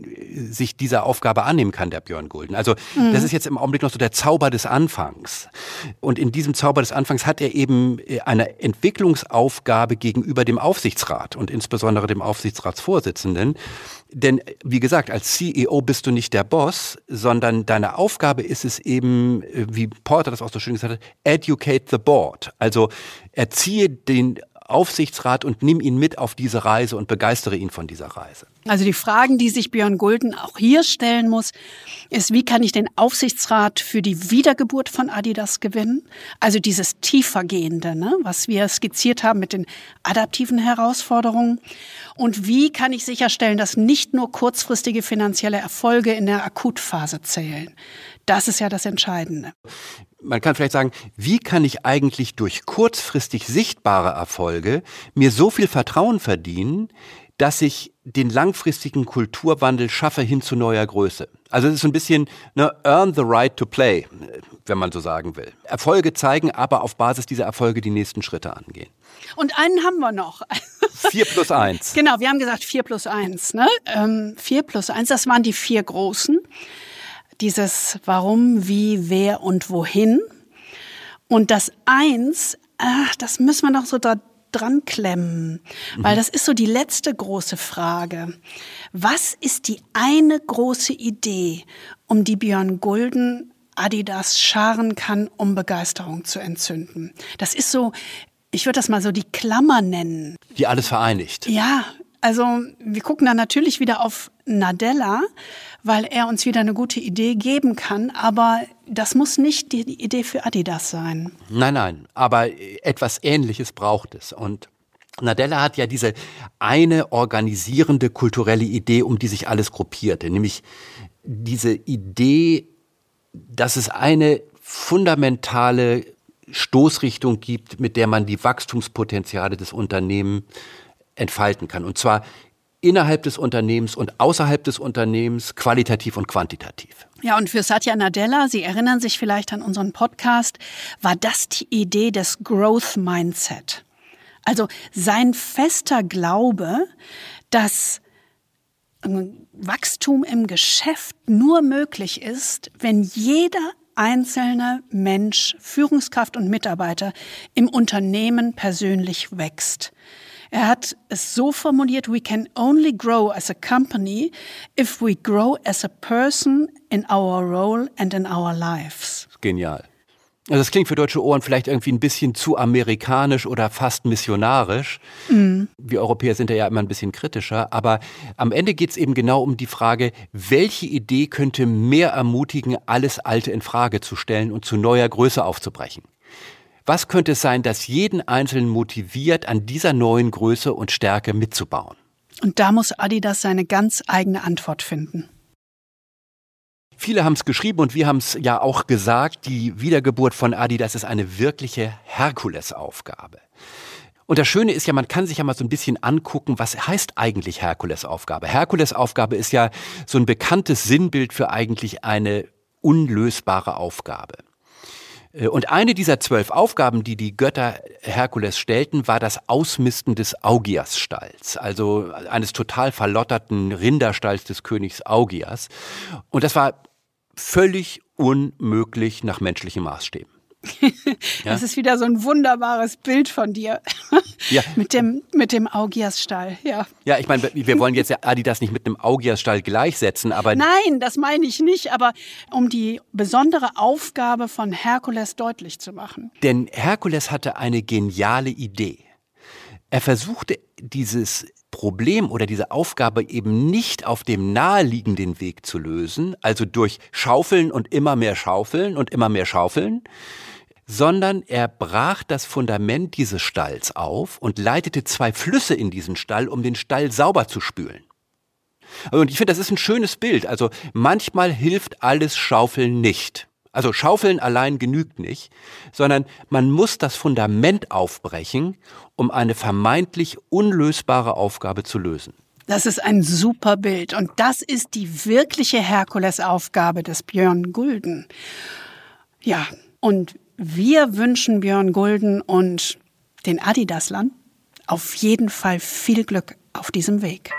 sich dieser Aufgabe annehmen kann, der Björn Gulden. Also mhm. das ist jetzt im Augenblick noch so der Zauber des Anfangs. Und in diesem Zauber des Anfangs hat er eben eine Entwicklungsaufgabe gegenüber dem Aufsichtsrat und insbesondere dem Aufsichtsratsvorsitzenden. Denn wie gesagt, als C E O bist du nicht der Boss, sondern deine Aufgabe ist es eben, wie Porter das auch so schön gesagt hat, educate the board. Also erziehe den Aufsichtsrat und nimm ihn mit auf diese Reise und begeistere ihn von dieser Reise. Also die Fragen, die sich Björn Gulden auch hier stellen muss, ist, wie kann ich den Aufsichtsrat für die Wiedergeburt von Adidas gewinnen? Also dieses tiefergehende, ne, was wir skizziert haben mit den adaptiven Herausforderungen. Und wie kann ich sicherstellen, dass nicht nur kurzfristige finanzielle Erfolge in der Akutphase zählen? Das ist ja das Entscheidende. Man kann vielleicht sagen, wie kann ich eigentlich durch kurzfristig sichtbare Erfolge mir so viel Vertrauen verdienen, dass ich den langfristigen Kulturwandel schaffe hin zu neuer Größe. Also es ist so ein bisschen ne, earn the right to play, wenn man so sagen will. Erfolge zeigen, aber auf Basis dieser Erfolge die nächsten Schritte angehen. Und einen haben wir noch. Vier plus eins. Genau, wir haben gesagt vier plus eins. Ne? Ähm, vier plus eins, das waren die vier Großen. Dieses Warum, Wie, Wer und Wohin. Und das Eins, ach, das müssen wir noch so da dran klemmen, mhm. weil das ist so die letzte große Frage. Was ist die eine große Idee, um die Björn Gulden Adidas scharen kann, um Begeisterung zu entzünden. Das ist so, ich würde das mal so die Klammer nennen. Die alles vereinigt. Ja, also wir gucken dann natürlich wieder auf Nadella, weil er uns wieder eine gute Idee geben kann, aber das muss nicht die Idee für Adidas sein. Nein, nein, aber etwas Ähnliches braucht es. Und Nadella hat ja diese eine organisierende kulturelle Idee, um die sich alles gruppierte, nämlich diese Idee, dass es eine fundamentale Stoßrichtung gibt, mit der man die Wachstumspotenziale des Unternehmens entfalten kann. Und zwar innerhalb des Unternehmens und außerhalb des Unternehmens, qualitativ und quantitativ. Ja, und für Satya Nadella, Sie erinnern sich vielleicht an unseren Podcast, war das die Idee des Growth Mindset. Also sein fester Glaube, dass Wachstum im Geschäft nur möglich ist, wenn jeder einzelne Mensch, Führungskraft und Mitarbeiter im Unternehmen persönlich wächst. Er hat es so formuliert, we can only grow as a company if we grow as a person in our role and in our lives. Genial. Also das klingt für deutsche Ohren vielleicht irgendwie ein bisschen zu amerikanisch oder fast missionarisch. Mhm. Wir Europäer sind ja immer ein bisschen kritischer, aber am Ende geht es eben genau um die Frage, welche Idee könnte mehr ermutigen, alles Alte in Frage zu stellen und zu neuer Größe aufzubrechen? Was könnte es sein, das jeden Einzelnen motiviert, an dieser neuen Größe und Stärke mitzubauen? Und da muss Adidas seine ganz eigene Antwort finden. Viele haben es geschrieben und wir haben es ja auch gesagt, die Wiedergeburt von Adidas ist eine wirkliche Herkulesaufgabe. Und das Schöne ist ja, man kann sich ja mal so ein bisschen angucken, was heißt eigentlich Herkulesaufgabe? Herkulesaufgabe ist ja so ein bekanntes Sinnbild für eigentlich eine unlösbare Aufgabe. Und eine dieser zwölf Aufgaben, die die Götter Herkules stellten, war das Ausmisten des Augiasstalls, also eines total verlotterten Rinderstalls des Königs Augias. Und das war völlig unmöglich nach menschlichen Maßstäben. Das ja? ist wieder so ein wunderbares Bild von dir. Ja. mit dem, mit dem Augiasstall, ja. Ja, ich meine, wir wollen jetzt Adidas nicht mit einem Augiasstall gleichsetzen, aber... Nein, das meine ich nicht, aber um die besondere Aufgabe von Herkules deutlich zu machen. Denn Herkules hatte eine geniale Idee. Er versuchte dieses Problem oder diese Aufgabe eben nicht auf dem naheliegenden Weg zu lösen, also durch Schaufeln und immer mehr Schaufeln und immer mehr Schaufeln, sondern er brach das Fundament dieses Stalls auf und leitete zwei Flüsse in diesen Stall, um den Stall sauber zu spülen. Und ich finde, das ist ein schönes Bild. Also manchmal hilft alles Schaufeln nicht. Also Schaufeln allein genügt nicht, sondern man muss das Fundament aufbrechen, um eine vermeintlich unlösbare Aufgabe zu lösen. Das ist ein super Bild und das ist die wirkliche Herkulesaufgabe des Björn Gulden. Ja, und wir wünschen Björn Gulden und den Adidaslern auf jeden Fall viel Glück auf diesem Weg.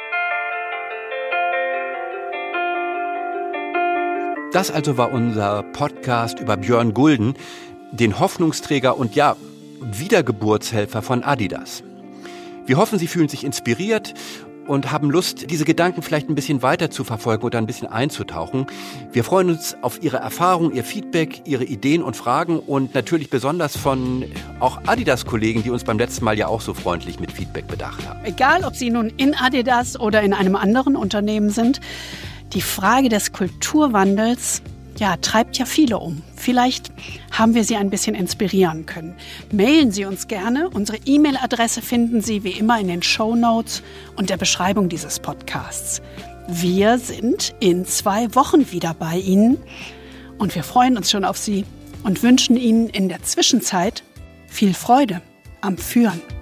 Das also war unser Podcast über Björn Gulden, den Hoffnungsträger und ja, Wiedergeburtshelfer von Adidas. Wir hoffen, Sie fühlen sich inspiriert und haben Lust, diese Gedanken vielleicht ein bisschen weiter zu verfolgen oder ein bisschen einzutauchen. Wir freuen uns auf Ihre Erfahrung, Ihr Feedback, Ihre Ideen und Fragen und natürlich besonders von auch Adidas-Kollegen, die uns beim letzten Mal ja auch so freundlich mit Feedback bedacht haben. Egal, ob Sie nun in Adidas oder in einem anderen Unternehmen sind, die Frage des Kulturwandels, ja, treibt ja viele um. Vielleicht haben wir Sie ein bisschen inspirieren können. Mailen Sie uns gerne. Unsere E-Mail-Adresse finden Sie wie immer in den Shownotes und der Beschreibung dieses Podcasts. Wir sind in zwei Wochen wieder bei Ihnen und wir freuen uns schon auf Sie und wünschen Ihnen in der Zwischenzeit viel Freude am Führen.